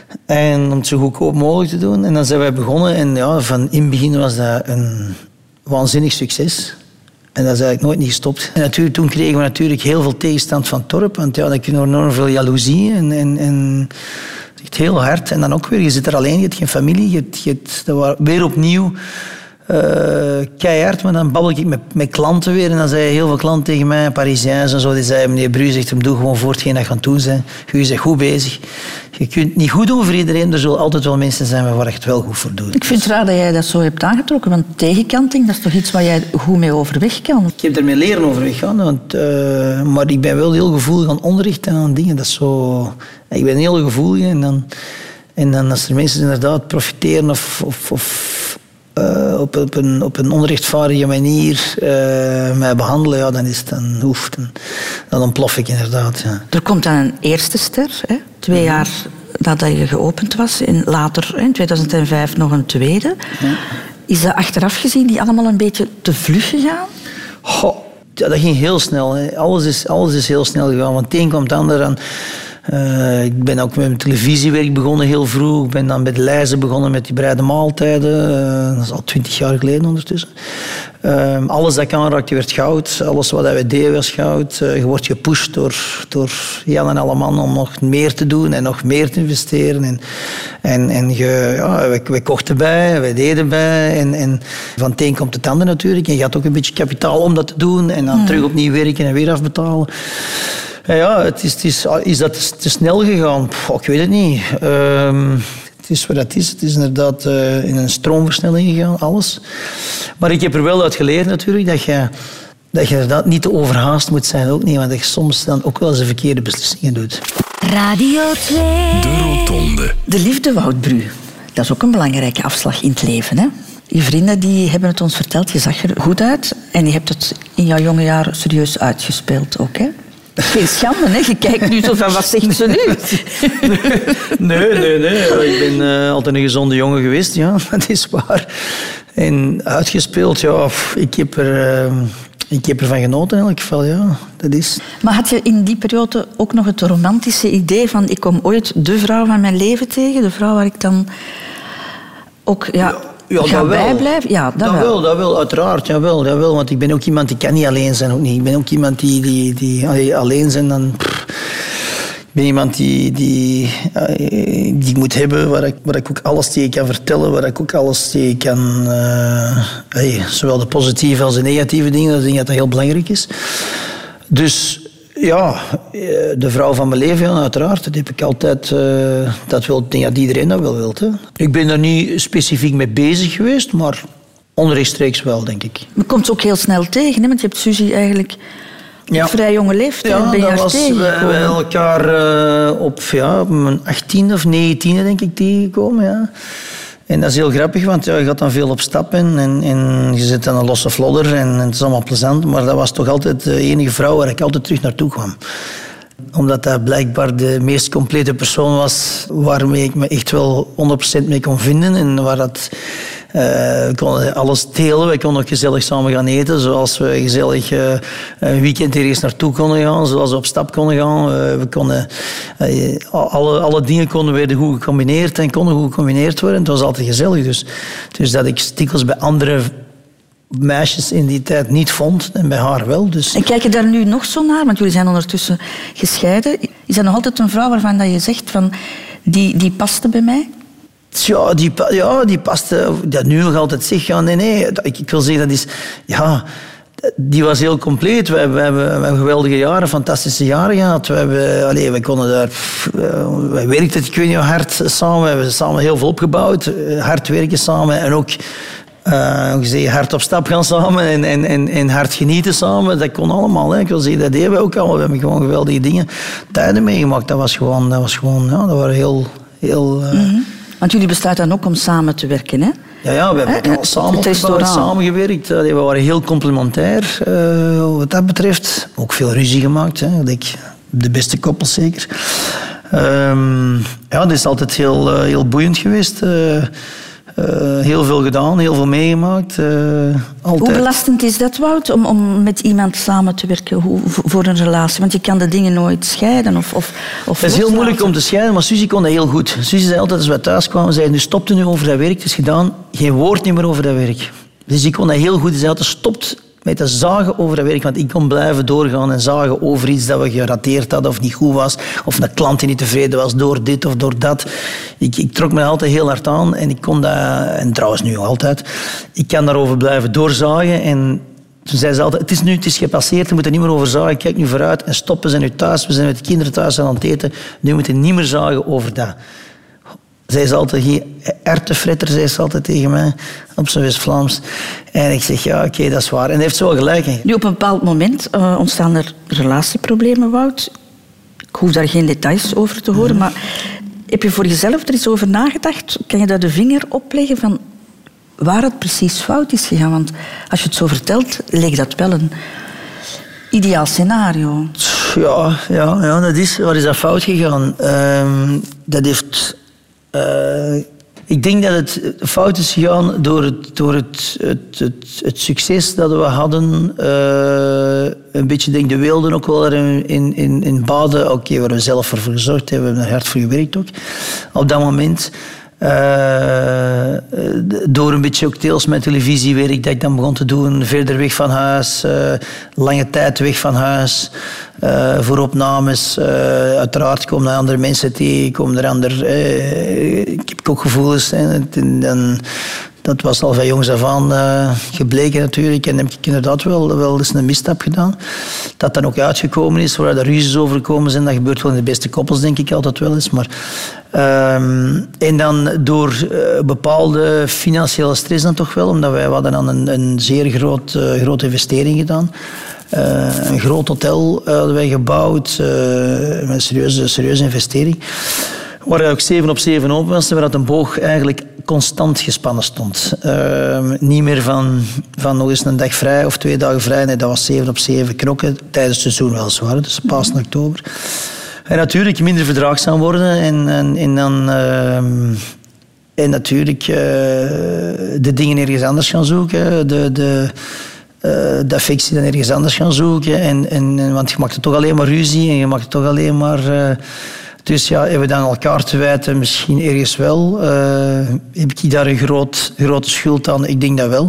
En om het zo goedkoop mogelijk te doen. En dan zijn wij begonnen. En ja, van in het begin was dat een waanzinnig succes. En dat is eigenlijk nooit niet gestopt. En natuurlijk, toen kregen we natuurlijk heel veel tegenstand van het dorp. Want ja, dan kun je enorm veel jaloezie en... en, en heel hard. En dan ook weer, je zit er alleen, je hebt geen familie. Je hebt, je hebt, dat was weer opnieuw uh, keihard. Maar dan babbel ik met, met klanten weer. En dan zeiden heel veel klanten tegen mij, Parisiëns en zo. Die zeiden, meneer Bru, zegt hem, doe gewoon voort hetgeen dat je aan het doen bent. Je bent goed bezig. Je kunt niet goed doen voor iedereen. Er zullen altijd wel mensen zijn waar je het wel goed voor doet. Ik vind het raar dat jij dat zo hebt aangetrokken. Want tegenkanting, dat is toch iets waar jij goed mee overweg kan? Ik heb ermee leren overweg gaan. Want, uh, maar ik ben wel heel gevoelig aan onderricht en aan dingen. Dat is zo... Ik ben heel gevoelig. En dan, en dan als er mensen inderdaad profiteren of... of, of uh, op, op, een, op een onrechtvaardige manier uh, mij behandelen, ja, dan is het dan, oef, dan, dan ontplof ik inderdaad. Ja. Er komt dan een eerste ster, hè? twee mm-hmm. jaar nadat je geopend was. En later, in tweeduizend vijf, nog een tweede. Ja. Is dat achteraf gezien die allemaal een beetje te vlug gegaan? Goh, ja, dat ging heel snel. Hè. Alles, is, alles is heel snel gegaan. Want het een komt het ander aan. Uh, ik ben ook met mijn televisiewerk begonnen heel vroeg. Ik ben dan met Leize begonnen met die breide maaltijden. Uh, dat is al twintig jaar geleden ondertussen. Uh, alles dat ik aanraakte werd goud. Alles wat wij deden was goud. Uh, je wordt gepusht door, door Jan en alle mannen om nog meer te doen en nog meer te investeren. En, en, en je, ja, wij, wij kochten bij, wij deden bij. En, en van het een komt het ander natuurlijk. En je had ook een beetje kapitaal om dat te doen. En dan mm. terug opnieuw werken en weer afbetalen. Ja, het is, het is, is dat te snel gegaan? Pff, ik weet het niet. Uh, het is wat het is. Het is inderdaad uh, in een stroomversnelling gegaan, alles. Maar ik heb er wel uit geleerd natuurlijk dat je, dat je inderdaad niet te overhaast moet zijn. Ook niet, want dat je soms dan ook wel eens de verkeerde beslissingen doet. Radio twee. De Rotonde. De liefde, Wout Bru. Dat is ook een belangrijke afslag in het leven, hè? Je vrienden die hebben het ons verteld. Je zag er goed uit en je hebt het in jouw jonge jaren serieus uitgespeeld ook, hè? Geen schande, hè? Je kijkt nu zo van, wat zegt ze nu? Nee, nee, nee. Ik ben uh, altijd een gezonde jongen geweest, ja. Dat is waar. En uitgespeeld, ja, ik heb er... Uh, Ik heb ervan genoten in elk geval, ja. Dat is... Maar had je in die periode ook nog het romantische idee van ik kom ooit de vrouw van mijn leven tegen, de vrouw waar ik dan ook ja, ja, ja, ga bijblijven? Ja, dat, dat wel. wel. Dat wel, uiteraard, jawel, jawel. Want ik ben ook iemand die kan niet alleen zijn, ook niet. Ik ben ook iemand die, die, die allee, alleen zijn dan... Pff, ik ben iemand die, die, die ik moet hebben, waar ik, waar ik ook alles tegen kan vertellen, waar ik ook alles tegen kan... Uh, hey, zowel de positieve als de negatieve dingen, ik denk dat dat heel belangrijk is. Dus ja, de vrouw van mijn leven, ja, uiteraard, dat heb ik altijd... Uh, dat wil, ik denk dat iedereen dat wel wil. Hè. Ik ben er niet specifiek mee bezig geweest, maar onrechtstreeks wel, denk ik. Maar je komt ze ook heel snel tegen, hè? Want je hebt Suzy eigenlijk... Ja. Op vrij jonge leeftijd ja, ben je haar was, tegengekomen. We zijn elkaar uh, op, ja, op mijn achttiende of negentiende denk ik tegengekomen. Ja. En dat is heel grappig, want ja, je gaat dan veel op stap in en, en je zit aan een losse vlodder en, en het is allemaal plezant. Maar dat was toch altijd de enige vrouw waar ik altijd terug naartoe kwam. Omdat dat blijkbaar de meest complete persoon was waarmee ik me echt wel honderd procent mee kon vinden. En waar dat... Uh, we konden alles delen, we konden ook gezellig samen gaan eten, zoals we gezellig uh, een weekend ergens naartoe konden gaan, zoals we op stap konden gaan. Uh, we konden, uh, alle, alle dingen konden werden goed gecombineerd en konden goed gecombineerd worden. Het was altijd gezellig. Dus, dus dat ik dikwijls bij andere meisjes in die tijd niet vond en bij haar wel. Dus. En kijk je daar nu nog zo naar? Want jullie zijn ondertussen gescheiden. Is dat nog altijd een vrouw waarvan dat je zegt van die, die paste bij mij? Ja, die, ja, die paste... Dat nu nog altijd zeg. Ja, nee, nee. Ik, ik wil zeggen, dat is... Ja, die was heel compleet. We, we, hebben, we hebben geweldige jaren, fantastische jaren gehad. We, hebben, allez, we konden daar... Wij werkten, ik weet niet, hard samen. We hebben samen heel veel opgebouwd. Hard werken samen. En ook... Uh, hoe zeg je, hard op stap gaan samen en, en, en, en hard genieten samen. Dat kon allemaal. Hè. Ik wil zeggen, dat deden we ook al. We hebben gewoon geweldige dingen, tijden meegemaakt. Dat was gewoon... Dat, was gewoon, ja, dat waren heel... heel uh... mm-hmm. Want jullie bestaan dan ook om samen te werken, hè? Ja, ja, we hebben eh, samen, opgebouwd, samengewerkt. We waren heel complementair uh, wat dat betreft. Ook veel ruzie gemaakt. Hè. Ik denk, de beste koppels zeker. Um, ja, dat is altijd heel, uh, heel boeiend geweest. Uh, Uh, heel veel gedaan, heel veel meegemaakt. Uh, altijd. Hoe belastend is dat, Wout, om, om met iemand samen te werken hoe, voor een relatie? Want je kan de dingen nooit scheiden. Of, of, of het is heel moeilijk om te scheiden, maar Suzy kon dat heel goed. Suzy zei altijd, als we thuis kwamen, zei nu stopte nu over dat werk, het is gedaan. Geen woord niet meer over dat werk. Dus ik kon dat heel goed. Ze zei altijd, stopt met te zagen over dat werk, want ik kon blijven doorgaan en zagen over iets dat we gerateerd hadden of niet goed was, of een klant die niet tevreden was door dit of door dat. Ik, ik trok me altijd heel hard aan en ik kon dat, en trouwens nu altijd, ik kan daarover blijven doorzagen en toen zei ze altijd, het is nu, het is gepasseerd, je moet er niet meer over zagen, kijk nu vooruit en stop, we zijn nu thuis, we zijn met de kinderen thuis aan het eten, nu moet je niet meer zagen over dat. Zij is altijd geen erwtenfretter, zei ze altijd tegen mij, op zijn West-Vlaams. En ik zeg, ja, oké, okay, dat is waar. En hij heeft zo wel gelijk. Nu, op een bepaald moment uh, ontstaan er relatieproblemen, Wout. Ik hoef daar geen details over te horen, mm. maar heb je voor jezelf er eens over nagedacht? Kan je daar de vinger op leggen van waar het precies fout is gegaan? Want als je het zo vertelt, leek dat wel een ideaal scenario. Ja, ja, ja dat is, waar is dat fout gegaan? Uh, dat heeft... Uh, ik denk dat het fout is gegaan door het, door het, het, het, het succes dat we hadden. Uh, een beetje denk de wilden ook wel in, in, in baden. Oké, okay, waar we zelf voor gezorgd hebben. We hebben er hard voor gewerkt ook. Op dat moment. Uh, door een beetje ook deels met televisiewerk dat ik dan begon te doen. Verder weg van huis. Uh, lange tijd weg van huis. Uh, voor opnames. Uh, uiteraard komen er andere mensen tegen. Komen er andere... Uh, ik heb ook gevoelens. Hè, en dan, dat was al van jongs af aan uh, gebleken natuurlijk. En heb ik inderdaad wel, wel eens een misstap gedaan. Dat dan ook uitgekomen is, waar er ruzies over gekomen zijn. Dat gebeurt wel in de beste koppels, denk ik altijd wel eens. Maar, um, en dan door uh, bepaalde financiële stress dan toch wel. Omdat wij hadden dan een, een zeer groot, uh, grote investering gedaan. Uh, een groot hotel hadden wij gebouwd. Uh, met een serieuze, serieuze investering. Waar hij ook zeven op zeven open was, waar dat een boog eigenlijk constant gespannen stond. Uh, niet meer van, van nog eens een dag vrij of twee dagen vrij. Nee, dat was zeven op zeven knokken tijdens het seizoen wel zwaar, dus pas in oktober. En natuurlijk minder verdraagzaam worden en, en, en dan... Uh, en natuurlijk uh, de dingen ergens anders gaan zoeken. De, de, uh, de affectie dan ergens anders gaan zoeken. En, en, want je maakt er toch alleen maar ruzie en je maakt er toch alleen maar... Uh, dus ja, hebben we dan elkaar te wijten? Misschien ergens wel. Uh, heb ik daar een groot, grote schuld aan? Ik denk dat wel.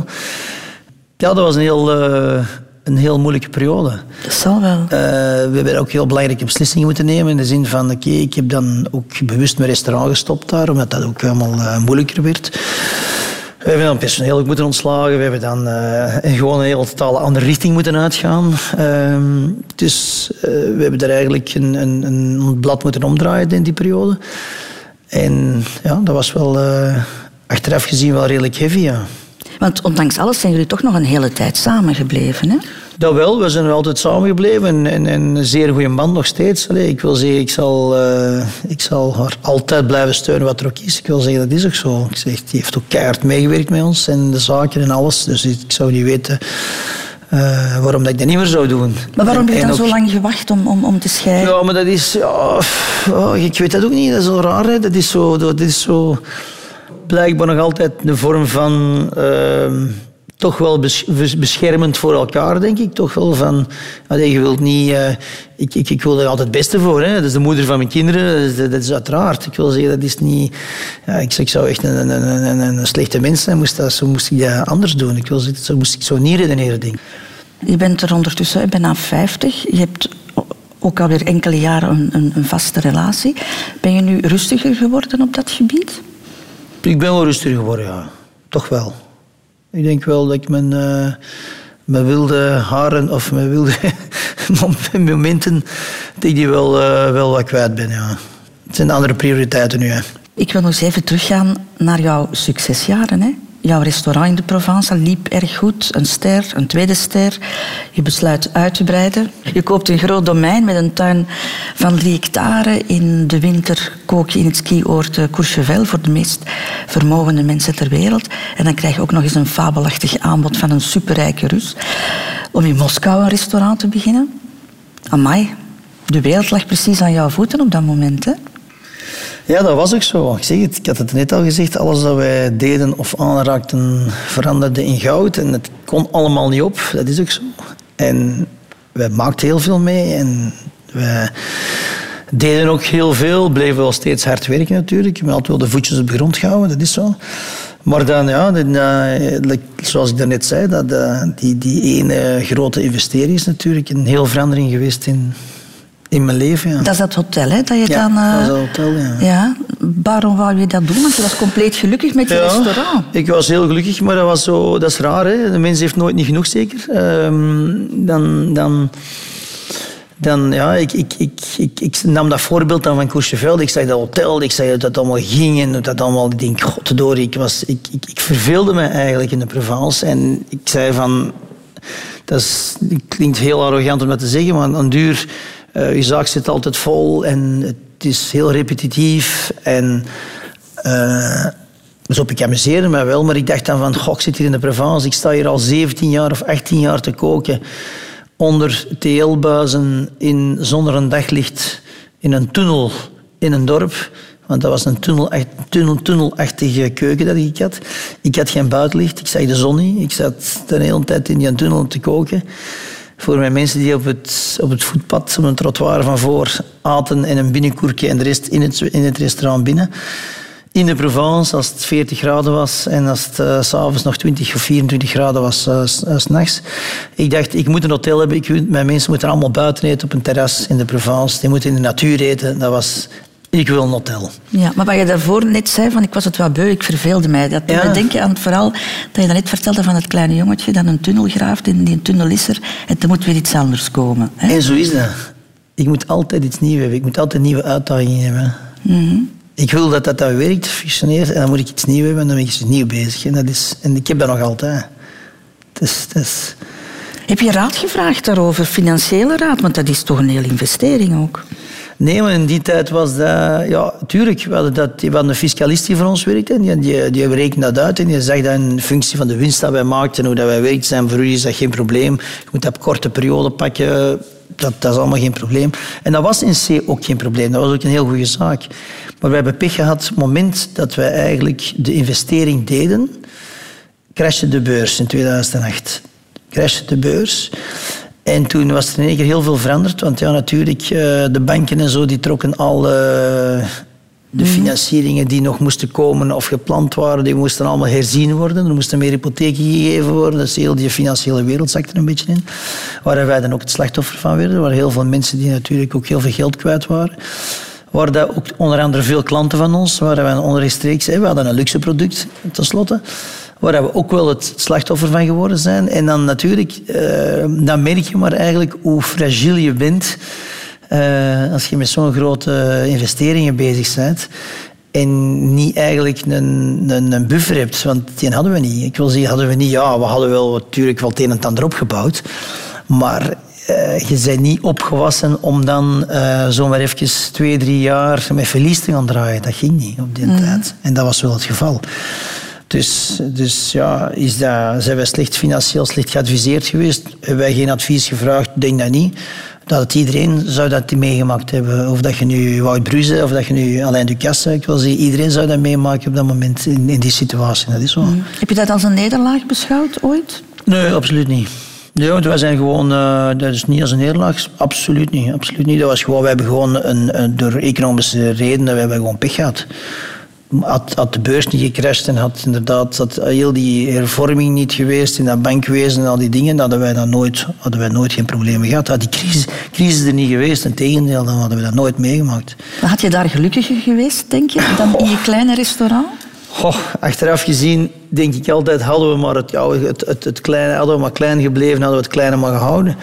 Ja, dat was een heel... Uh, Een heel moeilijke periode. Dat zal wel. Uh, we hebben ook heel belangrijke beslissingen moeten nemen. In de zin van, oké, okay, ik heb dan ook bewust mijn restaurant gestopt daar, omdat dat ook helemaal uh, moeilijker werd. We hebben dan personeel ook moeten ontslagen. We hebben dan uh, gewoon een heel totale andere richting moeten uitgaan. Uh, dus uh, we hebben daar eigenlijk een, een, een blad moeten omdraaien in die periode. En ja, dat was wel uh, achteraf gezien wel redelijk heavy, ja. Want ondanks alles zijn jullie toch nog een hele tijd samengebleven, hè? Dat wel, we zijn er altijd samengebleven en, en, en een zeer goede band nog steeds. Allee, ik wil zeggen, ik zal, uh, ik zal haar altijd blijven steunen wat er ook is. Ik wil zeggen, dat is ook zo. Ik zeg, die heeft ook keihard meegewerkt met ons en de zaken en alles. Dus ik zou niet weten uh, waarom dat ik dat niet meer zou doen. Maar waarom heb je dan ook... zo lang gewacht om, om, om te scheiden? Ja, maar dat is... Ja, oh, ik weet dat ook niet, dat is zo raar. Hè. Dat is zo... Dat is zo blijkbaar nog altijd een vorm van... Uh, toch wel beschermend voor elkaar, denk ik. Toch wel van... Allee, je wilt niet... Uh, ik, ik, ik wil er altijd het beste voor. Hè. Dat is de moeder van mijn kinderen. Dat is, dat is uiteraard. Ik wil zeggen, dat is niet... Ja, ik, ik zou echt een, een, een, een slechte mens zijn. Moest dat, zo moest ik dat anders doen. Ik wil zeggen, zo moest ik zo niet redeneren, denk ik. Je bent er ondertussen bijna vijftig. Je hebt ook alweer enkele jaren een, een, een vaste relatie. Ben je nu rustiger geworden op dat gebied? Ik ben wel rustiger geworden, ja. Toch wel. Ik denk wel dat ik mijn, uh, mijn wilde haren of mijn wilde momenten, dat ik die wel, uh, wel wat kwijt ben, ja. Het zijn andere prioriteiten nu, hè. Ik wil nog eens even teruggaan naar jouw succesjaren, hè. Jouw restaurant in de Provence liep erg goed. Een ster, een tweede ster. Je besluit uit te breiden. Je koopt een groot domein met een tuin van drie hectare. In de winter kook je in het skioord Courchevel voor de meest vermogende mensen ter wereld. En dan krijg je ook nog eens een fabelachtig aanbod van een superrijke Rus om in Moskou een restaurant te beginnen. Amai, de wereld lag precies aan jouw voeten op dat moment, hè? Ja, dat was ook zo. Ik zeg het, ik had het net al gezegd. Alles dat wij deden of aanraakten veranderde in goud. En het kon allemaal niet op. Dat is ook zo. En wij maakten heel veel mee. En wij deden ook heel veel. Bleven wel steeds hard werken natuurlijk. We hadden wel de voetjes op de grond gehouden. Dat is zo. Maar dan, ja, zoals ik daarnet zei, dat, die, die ene grote investering is natuurlijk een heel verandering geweest in... In mijn leven, ja. Dat is dat hotel, hè? Dat je ja, dan, uh, dat is dat hotel, ja. ja. Waarom wou je dat doen? Want je was compleet gelukkig met je ja, restaurant. Ik was heel gelukkig, maar dat was zo... Dat is raar, hè. De mens heeft nooit niet genoeg, zeker. Um, dan... dan Dan, ja, ik, ik, ik, ik, ik nam dat voorbeeld dan van Courchevel. Ik zag dat hotel, ik zag dat het allemaal ging en dat allemaal... Ik denk, godverdorie, ik, was, ik, ik, ik verveelde me eigenlijk in de Provence. En ik zei van... Dat is, het klinkt heel arrogant om dat te zeggen, maar aan een duur... Uh, je zaak zit altijd vol en het is heel repetitief. En, uh, dus op, ik amuseerde me wel, maar ik dacht dan van... Goh, ik zit hier in de Provence, ik sta hier al zeventien jaar of achttien jaar te koken... onder T L-buizen in, zonder een daglicht in een tunnel in een dorp. Want dat was een tunnel, tunnel, tunnelachtige keuken dat ik had. Ik had geen buitenlicht, ik zag de zon niet. Ik zat de hele tijd in die tunnel te koken. Voor mijn mensen die op het, op het voetpad, op een trottoir van voor, aten en een binnenkoertje en de rest in het, in het restaurant binnen. In de Provence, als het veertig graden was en als het uh, 's avonds nog twintig of vierentwintig graden was, uh, 's, uh, 's nachts. Ik dacht, ik moet een hotel hebben. Ik, mijn mensen moeten allemaal buiten eten op een terras in de Provence. Die moeten in de natuur eten. Dat was... Ik wil een hotel. Ja, maar wat je daarvoor net zei, van ik was het wel beu, ik verveelde mij. Dat ja. Denk je aan het verhaal dat je net vertelde van het kleine jongetje dat een tunnel graaft en die tunnel is er en er moet weer iets anders komen. Hè? En zo is dat. Ik moet altijd iets nieuws hebben. Ik moet altijd nieuwe uitdagingen hebben. Mm-hmm. Ik wil dat dat, dat werkt, functioneert en dan moet ik iets nieuws hebben en dan ben ik iets nieuws bezig. En, dat is, en ik heb dat nog altijd. Dus, dus... Heb je raad gevraagd daarover, financiële raad? Want dat is toch een hele investering ook. Nee, maar in die tijd was dat... Ja, tuurlijk, we hadden, dat, we hadden een fiscalist die voor ons werkte. En die, die, die rekende dat uit en die zag dat in functie van de winst dat wij maakten en hoe dat wij werkten, zijn voor u is dat geen probleem. Je moet dat op korte periode pakken. Dat, dat is allemaal geen probleem. En dat was in C ook geen probleem. Dat was ook een heel goede zaak. Maar we hebben pech gehad. Op het moment dat wij eigenlijk de investering deden, crashte de beurs in tweeduizend acht. Crashte de beurs. En toen was er in één keer heel veel veranderd. Want ja, natuurlijk, de banken en zo, die trokken al de financieringen die nog moesten komen of gepland waren, die moesten allemaal herzien worden. Er moesten meer hypotheken gegeven worden. Dus heel die financiële wereld zakte er een beetje in. Waar wij dan ook het slachtoffer van werden. Er waren heel veel mensen die natuurlijk ook heel veel geld kwijt waren. Waar dat ook onder andere veel klanten van ons, waar wij onrechtstreeks, we hadden een luxe product tenslotte, waar we ook wel het slachtoffer van geworden zijn. En dan natuurlijk, dan merk je maar eigenlijk hoe fragiel je bent Uh, als je met zo'n grote investeringen bezig bent en niet eigenlijk een, een, een buffer hebt, want die hadden we niet. Ik wil zeggen, hadden we niet. Ja, we hadden wel natuurlijk wel het een en het ander opgebouwd, maar uh, je bent niet opgewassen om dan uh, zomaar even twee, drie jaar met verlies te gaan draaien. Dat ging niet op die mm. tijd. En dat was wel het geval. Dus, dus ja, is dat, zijn wij slecht financieel slecht geadviseerd geweest? Hebben wij geen advies gevraagd? Ik denk dat niet. Dat het iedereen zou dat meegemaakt hebben. Of dat je nu Wout Bruse of dat je nu Alain Ducasse, ik wil zeggen, iedereen zou dat meemaken op dat moment in, in die situatie. Dat is zo. Mm. Heb je dat als een nederlaag beschouwd ooit? Nee, absoluut niet. Nee, want wij zijn gewoon, uh, dat is niet als een nederlaag, absoluut niet, absoluut niet. Dat was gewoon, we hebben gewoon een, een, door economische redenen, we hebben gewoon pech gehad. Had, had de beurs niet gecrashed en had inderdaad had heel die hervorming niet geweest in dat bankwezen en al die dingen, dan hadden wij, dan nooit, hadden wij nooit geen problemen gehad. Had die crisis, crisis er niet geweest, integendeel, dan hadden we dat nooit meegemaakt. Maar had je daar gelukkiger geweest, denk je, dan in je kleine restaurant? Goh, achteraf gezien denk ik altijd, hadden we maar het, ja, het, het, het kleine, hadden we maar klein gebleven, hadden we het kleine maar gehouden.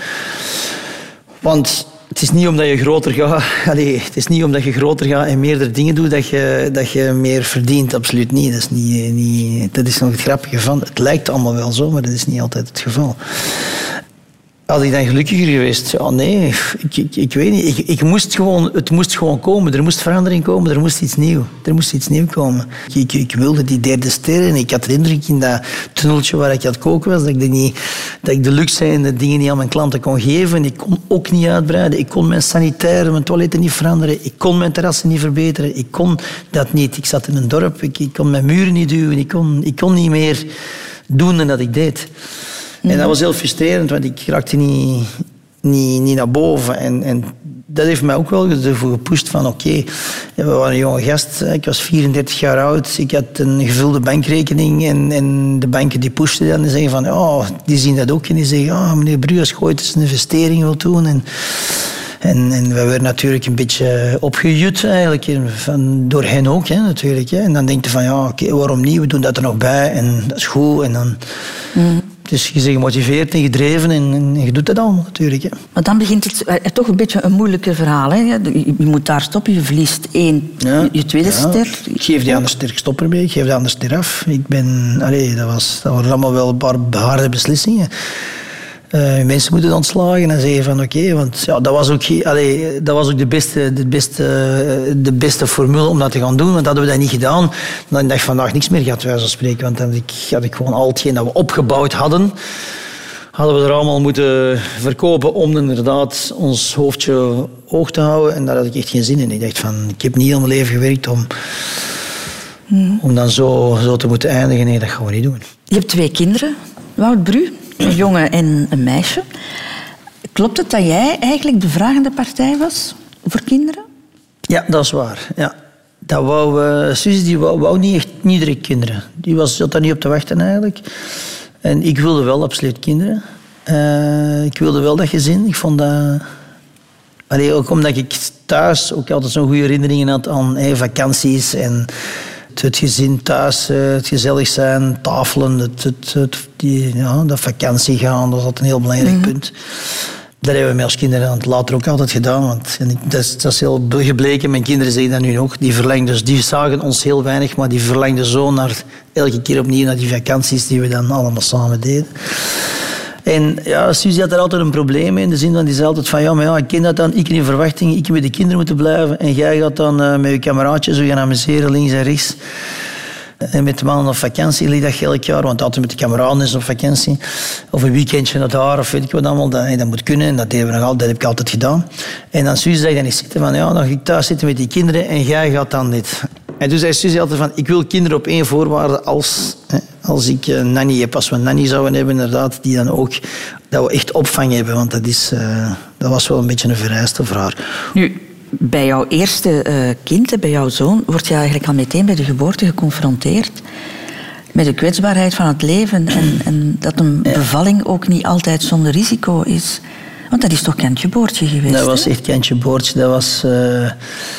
Want het is niet omdat je groter gaat, allez, het is niet omdat je groter gaat en meerdere dingen doet dat je, dat je meer verdient. Absoluut niet. Dat is, niet, niet, dat is nog het grappige van. Het lijkt allemaal wel zo, maar dat is niet altijd het geval. Had ik dan gelukkiger geweest? Ja, nee, ik, ik, ik weet niet. Ik, ik moest gewoon, het moest gewoon komen. Er moest verandering komen, er moest iets nieuws. Er moest iets nieuws komen. Ik, ik wilde die derde ster en ik had de indruk in dat tunneltje waar ik aan het koken was, dat ik, de, niet, dat ik de luxe en de dingen niet aan mijn klanten kon geven. Ik kon ook niet uitbreiden. Ik kon mijn sanitaire, mijn toiletten niet veranderen. Ik kon mijn terrassen niet verbeteren. Ik kon dat niet. Ik zat in een dorp. Ik, ik kon mijn muren niet duwen. Ik kon, ik kon niet meer doen dan dat ik deed. En dat was heel frustrerend, want ik raakte niet, niet, niet naar boven. En, en dat heeft mij ook wel ervoor gepusht van oké, okay, we waren een jonge gast. Ik was vierendertig jaar oud. Ik had een gevulde bankrekening. En, en de banken die pushten dan en zeggen van, oh, die zien dat ook. En die zeggen, oh, meneer Bru, als je ooit eens een investering wil doen. En, En, en we werden natuurlijk een beetje opgejut eigenlijk, van, door hen ook hè, natuurlijk. Hè. En dan denk je van, ja, oké, okay, waarom niet? We doen dat er nog bij en dat is goed. En dan... Mm. Dus je bent gemotiveerd en gedreven en, en je doet dat allemaal natuurlijk. Hè. Maar dan begint het eh, toch een beetje een moeilijke verhaal. Hè? Je, je moet daar stoppen, je verliest één, ja, je tweede ja. ster. Ik geef die andere ster, ik stop ermee, ik geef de andere ster af. Ik ben, allee, dat, was, dat waren allemaal wel een paar harde beslissingen. Uh, mensen moeten ontslagen en zeggen van oké, okay, want ja, dat was ook, allee, dat was ook de, beste, de, beste, de beste formule om dat te gaan doen. Want hadden we dat niet gedaan, dan had ik vandaag niks meer gehad, wij zo spreken. Want dan had ik, had ik gewoon al hetgeen dat we opgebouwd hadden, hadden we er allemaal moeten verkopen om inderdaad ons hoofdje hoog te houden. En daar had ik echt geen zin in. Ik dacht van, ik heb niet heel mijn leven gewerkt om, mm. om dan zo, zo te moeten eindigen. Nee, dat gaan we niet doen. Je hebt twee kinderen, Wout Bru. Een jongen en een meisje. Klopt het dat jij eigenlijk de vragende partij was voor kinderen? Ja, dat is waar. Ja. Dat wou, uh, Suze die wou, wou niet echt niet direct kinderen. Die was, zat daar niet op te wachten eigenlijk. En ik wilde wel absoluut kinderen. Uh, ik wilde wel dat gezin. Ik vond dat... Allee, ook omdat ik thuis ook altijd zo'n goede herinneringen had aan hey, vakanties en... Het gezin thuis, het gezellig zijn, tafelen, het, het, het, die, ja, de vakantie gaan, dat was altijd een heel belangrijk mm-hmm. punt. Dat hebben we met als kinderen later ook altijd gedaan. Want dat, is, dat is heel gebleken, mijn kinderen zeggen dat nu nog. Die, verlengden, die zagen ons heel weinig, maar die verlangden zo naar elke keer opnieuw naar die vakanties die we dan allemaal samen deden. En ja, Suzy had er altijd een probleem mee. In de zin van, die zei altijd van, ja, maar ja, ik ken dat dan. Ik in verwachting, ik met de kinderen moeten blijven. En jij gaat dan uh, met je kameraadjes zo gaan amuseren, links en rechts. En met de mannen op vakantie liep dat elk jaar, want altijd met de kameraden is op vakantie. Of een weekendje naar daar, of weet ik wat allemaal. Dat, dat moet kunnen, en dat, deden we nog altijd, dat heb ik altijd gedaan. En dan Suzy zei dan niet zitten van, ja, dan ga ik thuis zitten met die kinderen en jij gaat dan dit. En toen zei Suzy altijd van, ik wil kinderen op één voorwaarde als, hè, als ik een nanny heb. Als we een nanny zouden hebben, inderdaad, die dan ook, dat we echt opvang hebben. Want dat, is, uh, dat was wel een beetje een vereiste voor haar. Nu, bij jouw eerste uh, kind, bij jouw zoon, word je eigenlijk al meteen bij de geboorte geconfronteerd met de kwetsbaarheid van het leven en, en dat een ja. bevalling ook niet altijd zonder risico is. Want dat is toch kantje boordje geweest? Dat was hè? echt kantje boordje. Dat was... Uh, uh,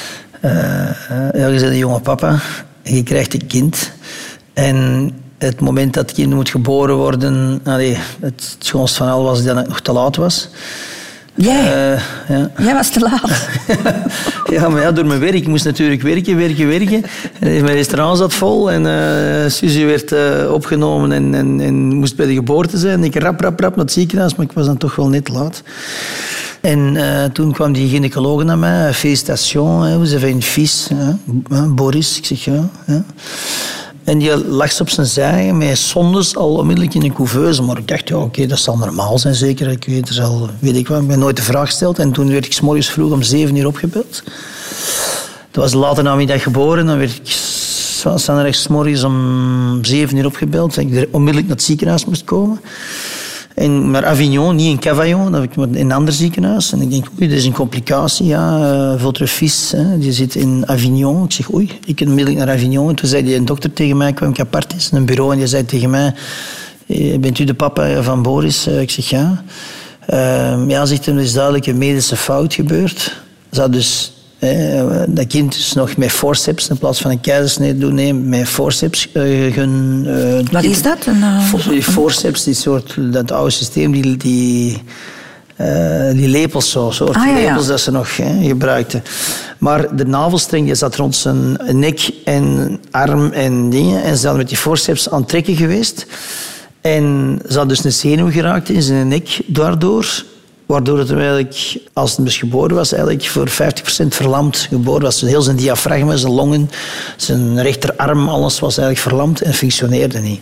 ja, je bent een jonge papa en je krijgt een kind. En het moment dat het kind moet geboren worden... Allee, het schoonste van al was dat het nog te laat was. Jij? Uh, ja. Jij was te laat. Ja, maar ja, door mijn werk. Ik moest natuurlijk werken, werken, werken. En mijn restaurant zat vol. En uh, Suzy werd uh, opgenomen en, en, en moest bij de geboorte zijn. Ik rap, rap, rap naar het ziekenhuis, maar ik was dan toch wel net laat. En uh, toen kwam die gynaecoloog naar mij. Félicitations, vous avez une fils. Hè? Boris, ik zeg ja. ja. En die lag op zijn zij met sondes al onmiddellijk in een couveuse. Maar ik dacht, ja, oké, okay, dat zal normaal zijn, zeker. Ik weet, er zal, weet ik wat, ik ben nooit de vraag gesteld. En toen werd ik 's morgens vroeg om zeven uur opgebeld. Dat was later namiddag geboren. Dan werd ik standaard 's morgens om zeven uur opgebeld. Dat ik er onmiddellijk naar het ziekenhuis moest komen. En naar Avignon, niet in Cavaillon, dat heb ik in een ander ziekenhuis. En ik denk, oei, dat is een complicatie. Ja, uh, votre fils, hè, die zit in Avignon. Ik zeg, oei, ik kan onmiddellijk naar Avignon. En toen zei die een dokter tegen mij, kwam ik apart is in een bureau, en die zei tegen mij, bent u de papa van Boris? Ik zeg, ja. Uh, ja, zegt hij, er is duidelijk een medische fout gebeurd. Ze had dus... dat kind dus nog met forceps, in plaats van een keizersnede doen, nee, met forceps. Uh, gun, uh, Wat is dat? Een, uh, die forceps, die soort, dat oude systeem, die, die, uh, die lepels zo, soort ah, ja, lepels ja. dat ze nog hè, gebruikten. Maar de navelstreng die zat rond zijn nek en arm en dingen. En ze hadden met die forceps aan het trekken geweest. En ze had dus een zenuw geraakt in zijn nek daardoor. Waardoor het eigenlijk, als het dus geboren was, eigenlijk voor vijftig procent verlamd geboren was. Heel zijn diafragma, zijn longen, zijn rechterarm, alles was eigenlijk verlamd en functioneerde niet.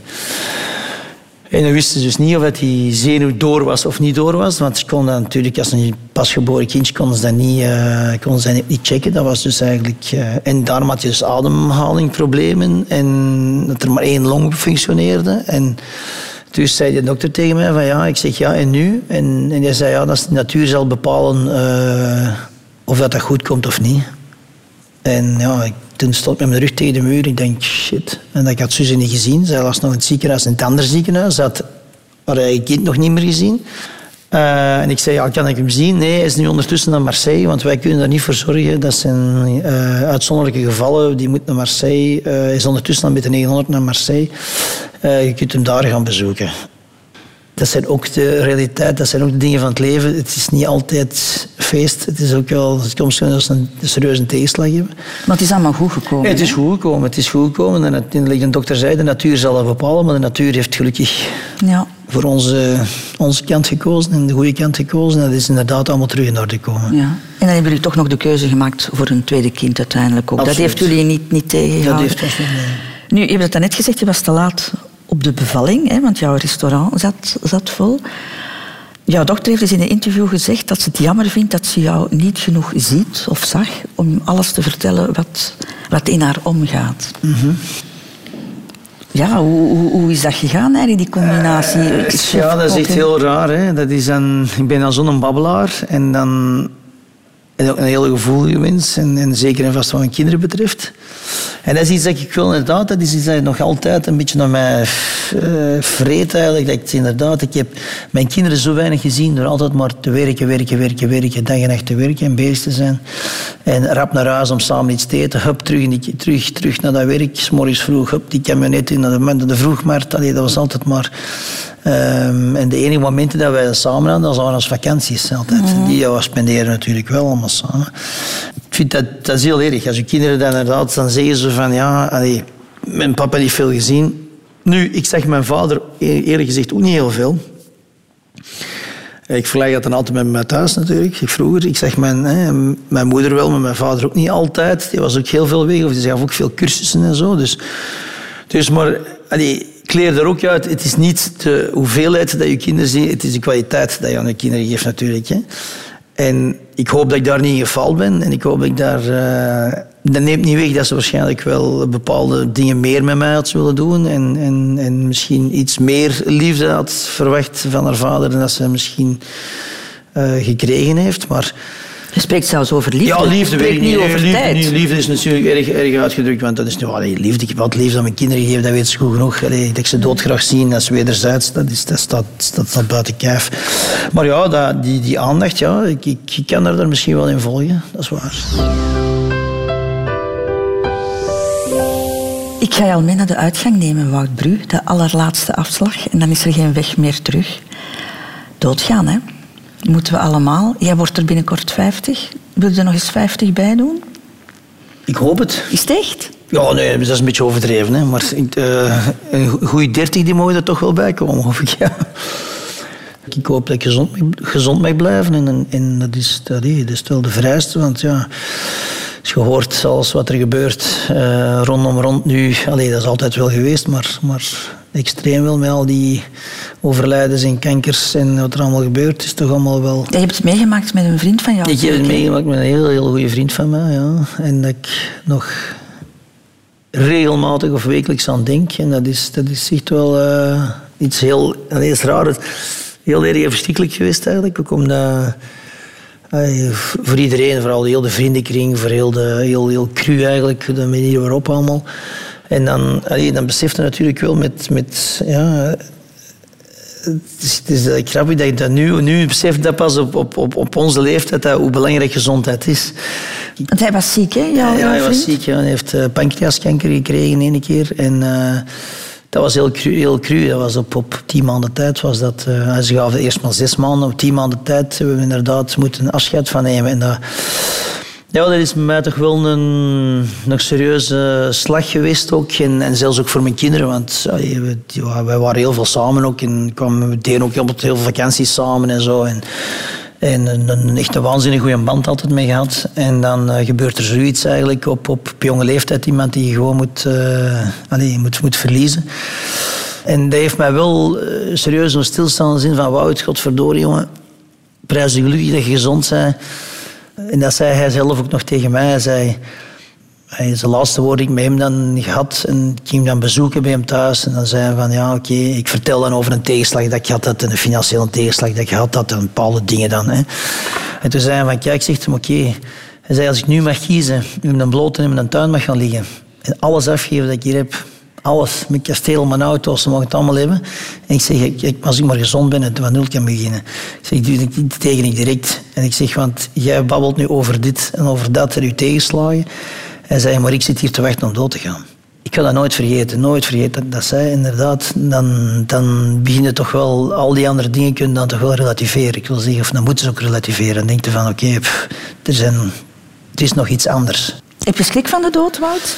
En dan wisten ze dus niet of die zenuw door was of niet door was. Want ze konden natuurlijk, als een pasgeboren kindje, konden ze dat niet, uh, konden ze dat niet checken. Dat was dus eigenlijk... Uh, en daarom had je dus ademhalingproblemen en dat er maar één long functioneerde. En... Dus zei de dokter tegen mij van ja, ik zeg ja, en nu? En, en hij zei ja, dat is de natuur zal bepalen uh, of dat, dat goed komt of niet. En ja, ik, toen stond ik met mijn rug tegen de muur. Ik denk shit. En ik had Suze niet gezien. Zij was nog in het ziekenhuis, in het andere ziekenhuis. Ze had haar eigen kind nog niet meer gezien. Uh, en ik zei, ja, kan ik hem zien? Nee, hij is nu ondertussen naar Marseille, want wij kunnen daar niet voor zorgen. Dat zijn uh, uitzonderlijke gevallen. Die moet naar Marseille. Uh, hij is ondertussen dan met de negenhonderd naar Marseille. Uh, je kunt hem daar gaan bezoeken. Dat zijn ook de realiteit, dat zijn ook de dingen van het leven. Het is niet altijd feest. Het is ook wel, het komt soms een serieuze tegenslag hebben. Maar het is allemaal goed gekomen. Ja, het is goed gekomen. Het is goed gekomen. En uiteindelijk, de dokter zei, de natuur zal dat bepalen, maar de natuur heeft gelukkig ja. voor onze, onze kant gekozen en de goede kant gekozen. En dat is inderdaad allemaal terug in orde gekomen. Ja. En dan hebben jullie toch nog de keuze gemaakt voor een tweede kind uiteindelijk ook. Absoluut. Dat heeft jullie niet, niet tegengehouden. Dat heeft ons niet. Nu, je hebt het net gezegd, je was te laat op de bevalling, hè, want jouw restaurant zat, zat vol. Jouw dochter heeft dus in een interview gezegd dat ze het jammer vindt dat ze jou niet genoeg ziet of zag om alles te vertellen wat, wat in haar omgaat. Mm-hmm. Ja, hoe, hoe, hoe is dat gegaan eigenlijk, die combinatie? Uh, ja, dat is echt heel raar. Hè. Dat is een, ik ben dan zo'n babbelaar en dan heb ik ook een heel gevoelige mens. En, en zeker en vast wat mijn kinderen betreft. En dat is iets dat ik wil inderdaad, dat is iets dat nog altijd een beetje naar mij uh, vreet eigenlijk. Dat ik, inderdaad, ik heb mijn kinderen zo weinig gezien door altijd maar te werken, werken, werken, werken, dag en nacht te werken en bezig te zijn. En rap naar huis om samen iets te eten, hup, terug, die, terug, terug naar dat werk, 's morgens vroeg, hup, die camionet in, naar de, naar de vroegmarkt. Allee, dat was altijd maar... Um, en de enige momenten dat wij samen hadden, dat waren als vakanties altijd. Mm-hmm. Die we spenderen natuurlijk wel allemaal samen. Ik vind dat, dat is heel erg. Als je kinderen dan inderdaad, dan zeggen ze van ja, allee, mijn papa heeft veel gezien. Nu, ik zag mijn vader eerlijk gezegd ook niet heel veel. Ik vergelijk dat dan altijd met mijn thuis natuurlijk. Ik vroeger, ik zeg mijn, hè, mijn moeder wel, maar mijn vader ook niet altijd. Die was ook heel veel weg, of die gaf ook veel cursussen en zo. Dus, dus maar allee, ik leer er ook uit. Het is niet de hoeveelheid dat je kinderen zien, het is de kwaliteit dat je aan je kinderen geeft natuurlijk. Hè. En ik hoop dat ik daar niet in gefaald ben. En ik hoop dat ik daar... Uh, dat neemt niet weg dat ze waarschijnlijk wel bepaalde dingen meer met mij had willen doen. En, en, en misschien iets meer liefde had verwacht van haar vader dan dat ze misschien uh, gekregen heeft. Maar... Je spreekt zelfs over liefde. Ja, liefde. Je spreekt niet over liefde, tijd. Liefde, liefde is natuurlijk erg, erg uitgedrukt. Want dat is nu, allee, liefde, ik heb wat liefde aan mijn kinderen gegeven, dat weet ze goed genoeg. Allee, dat ik ze doodgraag zie, dat is wederzijds. Dat, is, dat, staat, dat staat buiten kijf. Maar ja, dat, die, die aandacht, ja, ik, ik, ik kan er misschien wel in volgen. Dat is waar. Ik ga je al mee naar de uitgang nemen, Wout Bru. De allerlaatste afslag. En dan is er geen weg meer terug. Doodgaan, hè. Moeten we allemaal. Jij wordt er binnenkort vijftig. Wil je er nog eens vijftig bij doen? Ik hoop het. Is het echt? Ja, nee, dat is een beetje overdreven. Hè. Maar uh, een goede dertig die mogen er toch wel bij komen, hoop ik. Ja. Ik hoop dat ik gezond, gezond mag blijven. En, en dat, is, dat, dat is wel de vereiste. Want ja, als je hoort alles wat er gebeurt uh, rondom rond nu... Allee, dat is altijd wel geweest, maar... maar extreem wel met al die overlijdens en kankers en wat er allemaal gebeurt, is toch allemaal wel... Ja, je hebt het meegemaakt met een vriend van jou. Ik heb het meegemaakt met een heel, heel goede vriend van mij, ja. En dat ik nog regelmatig of wekelijks aan denk. En dat is, dat is echt wel uh, iets heel... Dat is raar, heel erg verschrikkelijk geweest eigenlijk. Ook omdat... Uh, voor iedereen, vooral heel de vriendenkring, voor heel de heel, heel cru eigenlijk, de manier waarop allemaal... En dan, allee, dan beseft je natuurlijk wel met... met ja, het is, het is grappig dat je dat nu... Nu beseft dat pas op, op, op, op onze leeftijd, dat hoe belangrijk gezondheid is. Want hij was ziek, hè? Jouw, ja, jouw hij vriend? was ziek. Ja. Hij heeft uh, pancreaskanker gekregen ene keer. En uh, dat was heel cru. Heel cru. Dat was op, op tien maanden tijd. Was dat, uh, ze gaven eerst maar zes maanden. Op tien maanden tijd hebben we inderdaad moeten afscheid van nemen. En dat... Ja, dat is bij mij toch wel een nog serieuze slag geweest ook. En, en zelfs ook voor mijn kinderen, want ja, wij waren heel veel samen ook. En kwamen meteen ook op heel veel vakanties samen en zo. En, en een, een echt een waanzinnig goede band altijd mee gehad. En dan uh, gebeurt er zoiets eigenlijk op, op, op jonge leeftijd. Iemand die je gewoon moet, uh, allez, moet, moet verliezen. En dat heeft mij wel uh, serieus een stilstaande zin van... Wout, godverdorie jongen, prijs je gelukkig dat je gezond bent. En dat zei hij zelf ook nog tegen mij. Hij zei... Hij, zijn laatste woord ik met hem dan gehad. En ik ging hem dan bezoeken bij hem thuis. En dan zei hij van... Ja, oké, okay, ik vertel dan over een tegenslag dat ik had. Dat, een financiële tegenslag dat ik had. Dat, en bepaalde dingen dan. Hè. En toen zei hij van... Kijk, zegt hem, oké. Okay. Hij zei, als ik nu mag kiezen... in een bloot en in een tuin mag gaan liggen... en alles afgeven dat ik hier heb... Alles, mijn kasteel, mijn auto's, ze mogen het allemaal hebben. En ik zeg, ik, als ik maar gezond ben en van nul kan beginnen. Ik zeg, dat teken ik direct. En ik zeg, want jij babbelt nu over dit en over dat en uw tegenslagen. Hij zei, maar ik zit hier te wachten om dood te gaan. Ik ga dat nooit vergeten, nooit vergeten. Dat, dat zei inderdaad, dan, dan beginnen toch wel, al die andere dingen kunnen dan toch wel relativeren. Ik wil zeggen, of dan moeten ze ook relativeren. Dan denk je van, oké, okay, er, zijn, er is nog iets anders. Heb je schrik van de dood, Wout?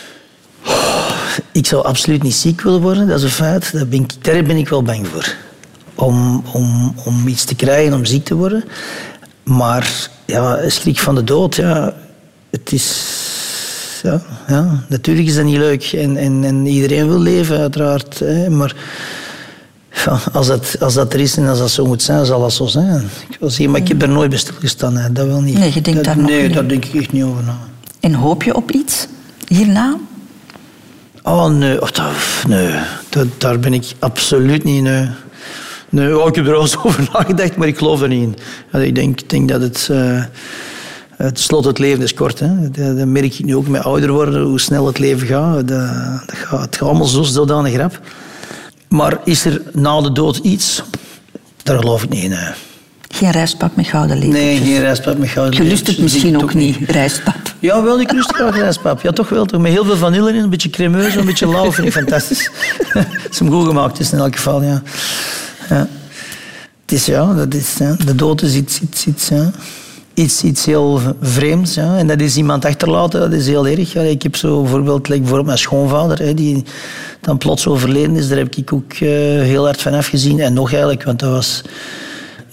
Ik zou absoluut niet ziek willen worden, dat is een feit. Daar ben ik, daar ben ik wel bang voor. Om, om, om iets te krijgen, om ziek te worden. Maar ja, schrik van de dood, ja, het is... Ja, ja, natuurlijk is dat niet leuk. En, en, en iedereen wil leven, uiteraard. Hè, maar ja, als, dat, als dat er is en als dat zo moet zijn, zal dat zo zijn. Ik wil zeggen, maar ik heb er nooit bij stilgestaan. Hè. Dat wel niet. Nee, je denkt dat, daar nog nee, niet. daar denk ik echt niet over na. En hoop je op iets hierna? Oh, nee. Oh, dat, nee. Dat, daar ben ik absoluut niet... Nee. Nee, oh, ik heb er wel eens over nagedacht, maar ik geloof er niet in. Ja, ik denk, denk dat het... Uh, het slot, het leven is kort. Hè. Dat, dat merk ik nu ook met ouder worden, hoe snel het leven gaat. Dat, dat gaat het gaat allemaal zo zodanig grap. Maar is er na de dood iets? Daar geloof ik niet in. Nee. Geen rijstpap met gouden lepeltjes? Nee, geen rijstpap met gouden lepeltjes. Je lust het misschien ook niet, rijstpap? Ja, wel, ik lust graag rijstpap. Ja, toch wel. Toch met heel veel vanille in, een beetje cremeus, een beetje lauw, vind ik fantastisch. Het is hem goed gemaakt, is in elk geval, ja. Ja. Het is, ja, dat is, ja. De dood is iets, iets, iets, ja. iets, iets heel vreemds. Ja. En dat is iemand achterlaten, dat is heel erg. Ja. Ik heb zo bijvoorbeeld, like, bijvoorbeeld mijn schoonvader, hè, die dan plots overleden is. Daar heb ik ook uh, heel hard van afgezien. En nog eigenlijk, want dat was...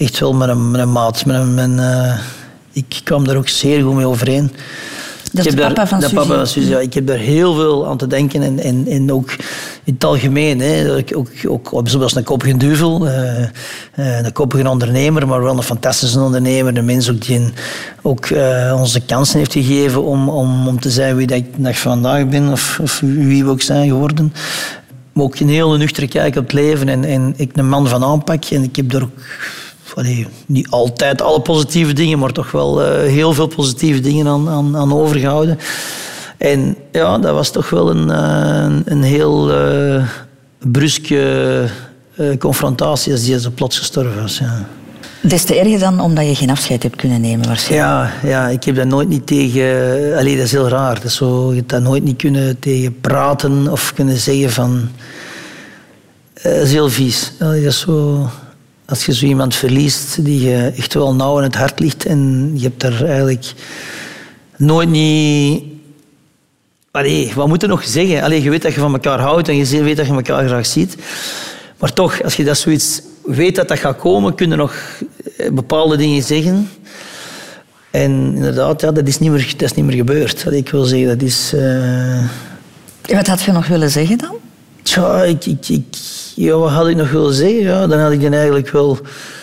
echt wel met een, met een maat. Met een, met een, uh, ik kwam daar ook zeer goed mee overeen. Dat is de papa van Suzy. De papa van Suzy, ja. Ik heb daar heel veel aan te denken. En, en, en ook in het algemeen. Hè. Ook, ook, ook zoals een koppige duivel. Uh, een koppige ondernemer, maar wel een fantastische ondernemer. Een mens ook die een, ook uh, onze kansen heeft gegeven om, om, om te zijn wie dat ik nog vandaag ben. Of, of wie we ook zijn geworden. Maar ook een hele nuchtere kijk op het leven. En, en ik een man van aanpak. En ik heb daar ook... Allee, niet altijd alle positieve dingen, maar toch wel uh, heel veel positieve dingen aan, aan, aan overgehouden. En ja, dat was toch wel een, uh, een heel uh, bruske uh, confrontatie als die zo plots gestorven was. Ja. Des te erger dan omdat je geen afscheid hebt kunnen nemen waarschijnlijk. Ja, ja, ik heb dat nooit niet tegen... Allee, dat is heel raar. Dat is zo, je hebt dat nooit niet kunnen tegen praten of kunnen zeggen van... Uh, dat is heel vies. Allee, dat is zo... Als je zo iemand verliest die je echt wel nauw in het hart ligt en je hebt daar eigenlijk nooit niet... Allee, wat moet je nog zeggen? Allee, je weet dat je van elkaar houdt en je weet dat je elkaar graag ziet. Maar toch, als je dat zoiets weet dat dat gaat komen, kun je nog bepaalde dingen zeggen. En inderdaad, ja, dat is niet meer, dat is niet meer gebeurd. Allee, ik wil zeggen, dat is... Uh... Wat had je nog willen zeggen dan? Tja, ik... ik, ik Ja, wat had ik nog willen zeggen? Ja, dan had ik dan eigenlijk wel...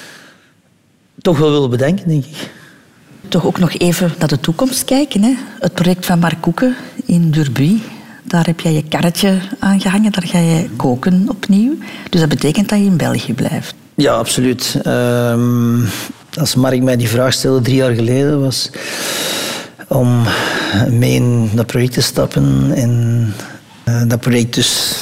toch wel willen bedenken, denk ik. Toch ook nog even naar de toekomst kijken. Hè? Het project van Mark Koeken in Durbuy. Daar heb jij je karretje aan gehangen. Daar ga je koken opnieuw. Dus dat betekent dat je in België blijft. Ja, absoluut. Um, als Mark mij die vraag stelde drie jaar geleden... was om mee in dat project te stappen. En uh, dat project dus...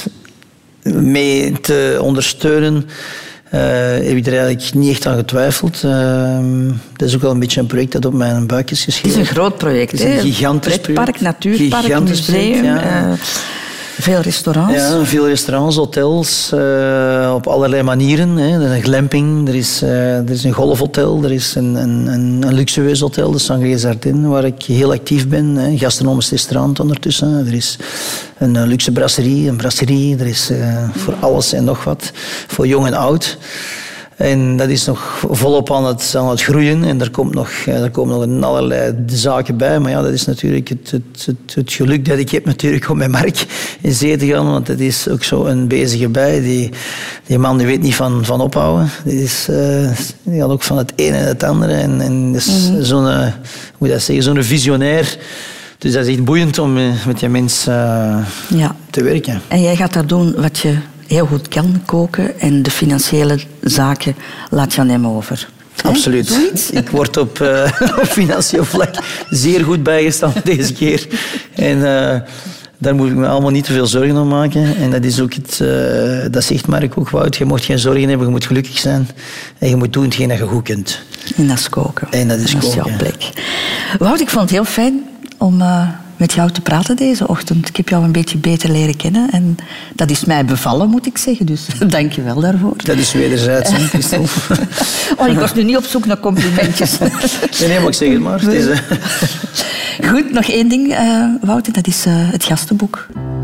mee te ondersteunen, uh, heb ik er eigenlijk niet echt aan getwijfeld. Uh, dat is ook wel een beetje een project dat op mijn buik is geschreven. Het is een groot project. Het is een gigantisch project. Pretpark, natuurpark, gigantisch museum, project, ja. uh, veel restaurants. Ja, veel restaurants, hotels, uh, op allerlei manieren. Hè. Er is een glamping, er is, uh, er is een golfhotel, er is een, een, een, een luxueus hotel, de Sangria Jardin, waar ik heel actief ben. Hè. Een gastronomisch restaurant ondertussen. Er is een, een luxe brasserie, een brasserie. Er is uh, voor alles en nog wat, voor jong en oud. En dat is nog volop aan het, aan het groeien. En er, komt nog, er komen nog allerlei zaken bij. Maar ja, dat is natuurlijk het, het, het, het geluk dat ik heb natuurlijk om met Mark in zee te gaan. Want het is ook zo een bezige bij. Die, die man die weet niet van, van ophouden. Die, is, uh, die gaat ook van het ene en het andere. En, en is mm-hmm. zo'n, uh, hoe moet dat zeggen, zo'n visionair. Dus dat is echt boeiend om met die mens uh, ja. te werken. En jij gaat daar doen wat je... heel goed kan koken en de financiële zaken laat je aan hem over. Absoluut. He? Ik word op, uh, op financieel vlak zeer goed bijgestaan deze keer. En uh, daar moet ik me allemaal niet te veel zorgen om maken. En dat is ook het, uh, dat zegt Mark ook, Wout, je moet geen zorgen hebben, je moet gelukkig zijn. En je moet doen hetgeen dat je goed kunt. En dat is koken. En dat is dat koken. Is jouw plek. Wout, ik vond het heel fijn om... Uh, met jou te praten deze ochtend. Ik heb jou een beetje beter leren kennen en dat is mij bevallen, moet ik zeggen. Dus dank je wel daarvoor. Dat is wederzijds, hè, Christel. Oh, ik was nu niet op zoek naar complimentjes. Nee, nee, maar ik zeg het maar. Het is, uh... Goed, nog één ding, uh, Wouter, dat is uh, het gastenboek.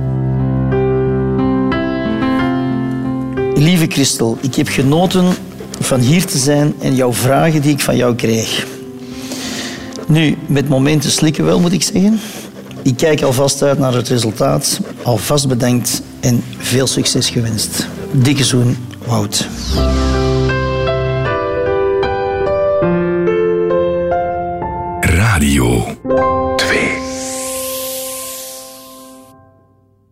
Lieve Christel, ik heb genoten van hier te zijn en jouw vragen die ik van jou kreeg. Nu, met momenten slikken wel, moet ik zeggen. Ik kijk alvast uit naar het resultaat. Alvast bedankt en veel succes gewenst. Dikke zoen, Wout. Radio.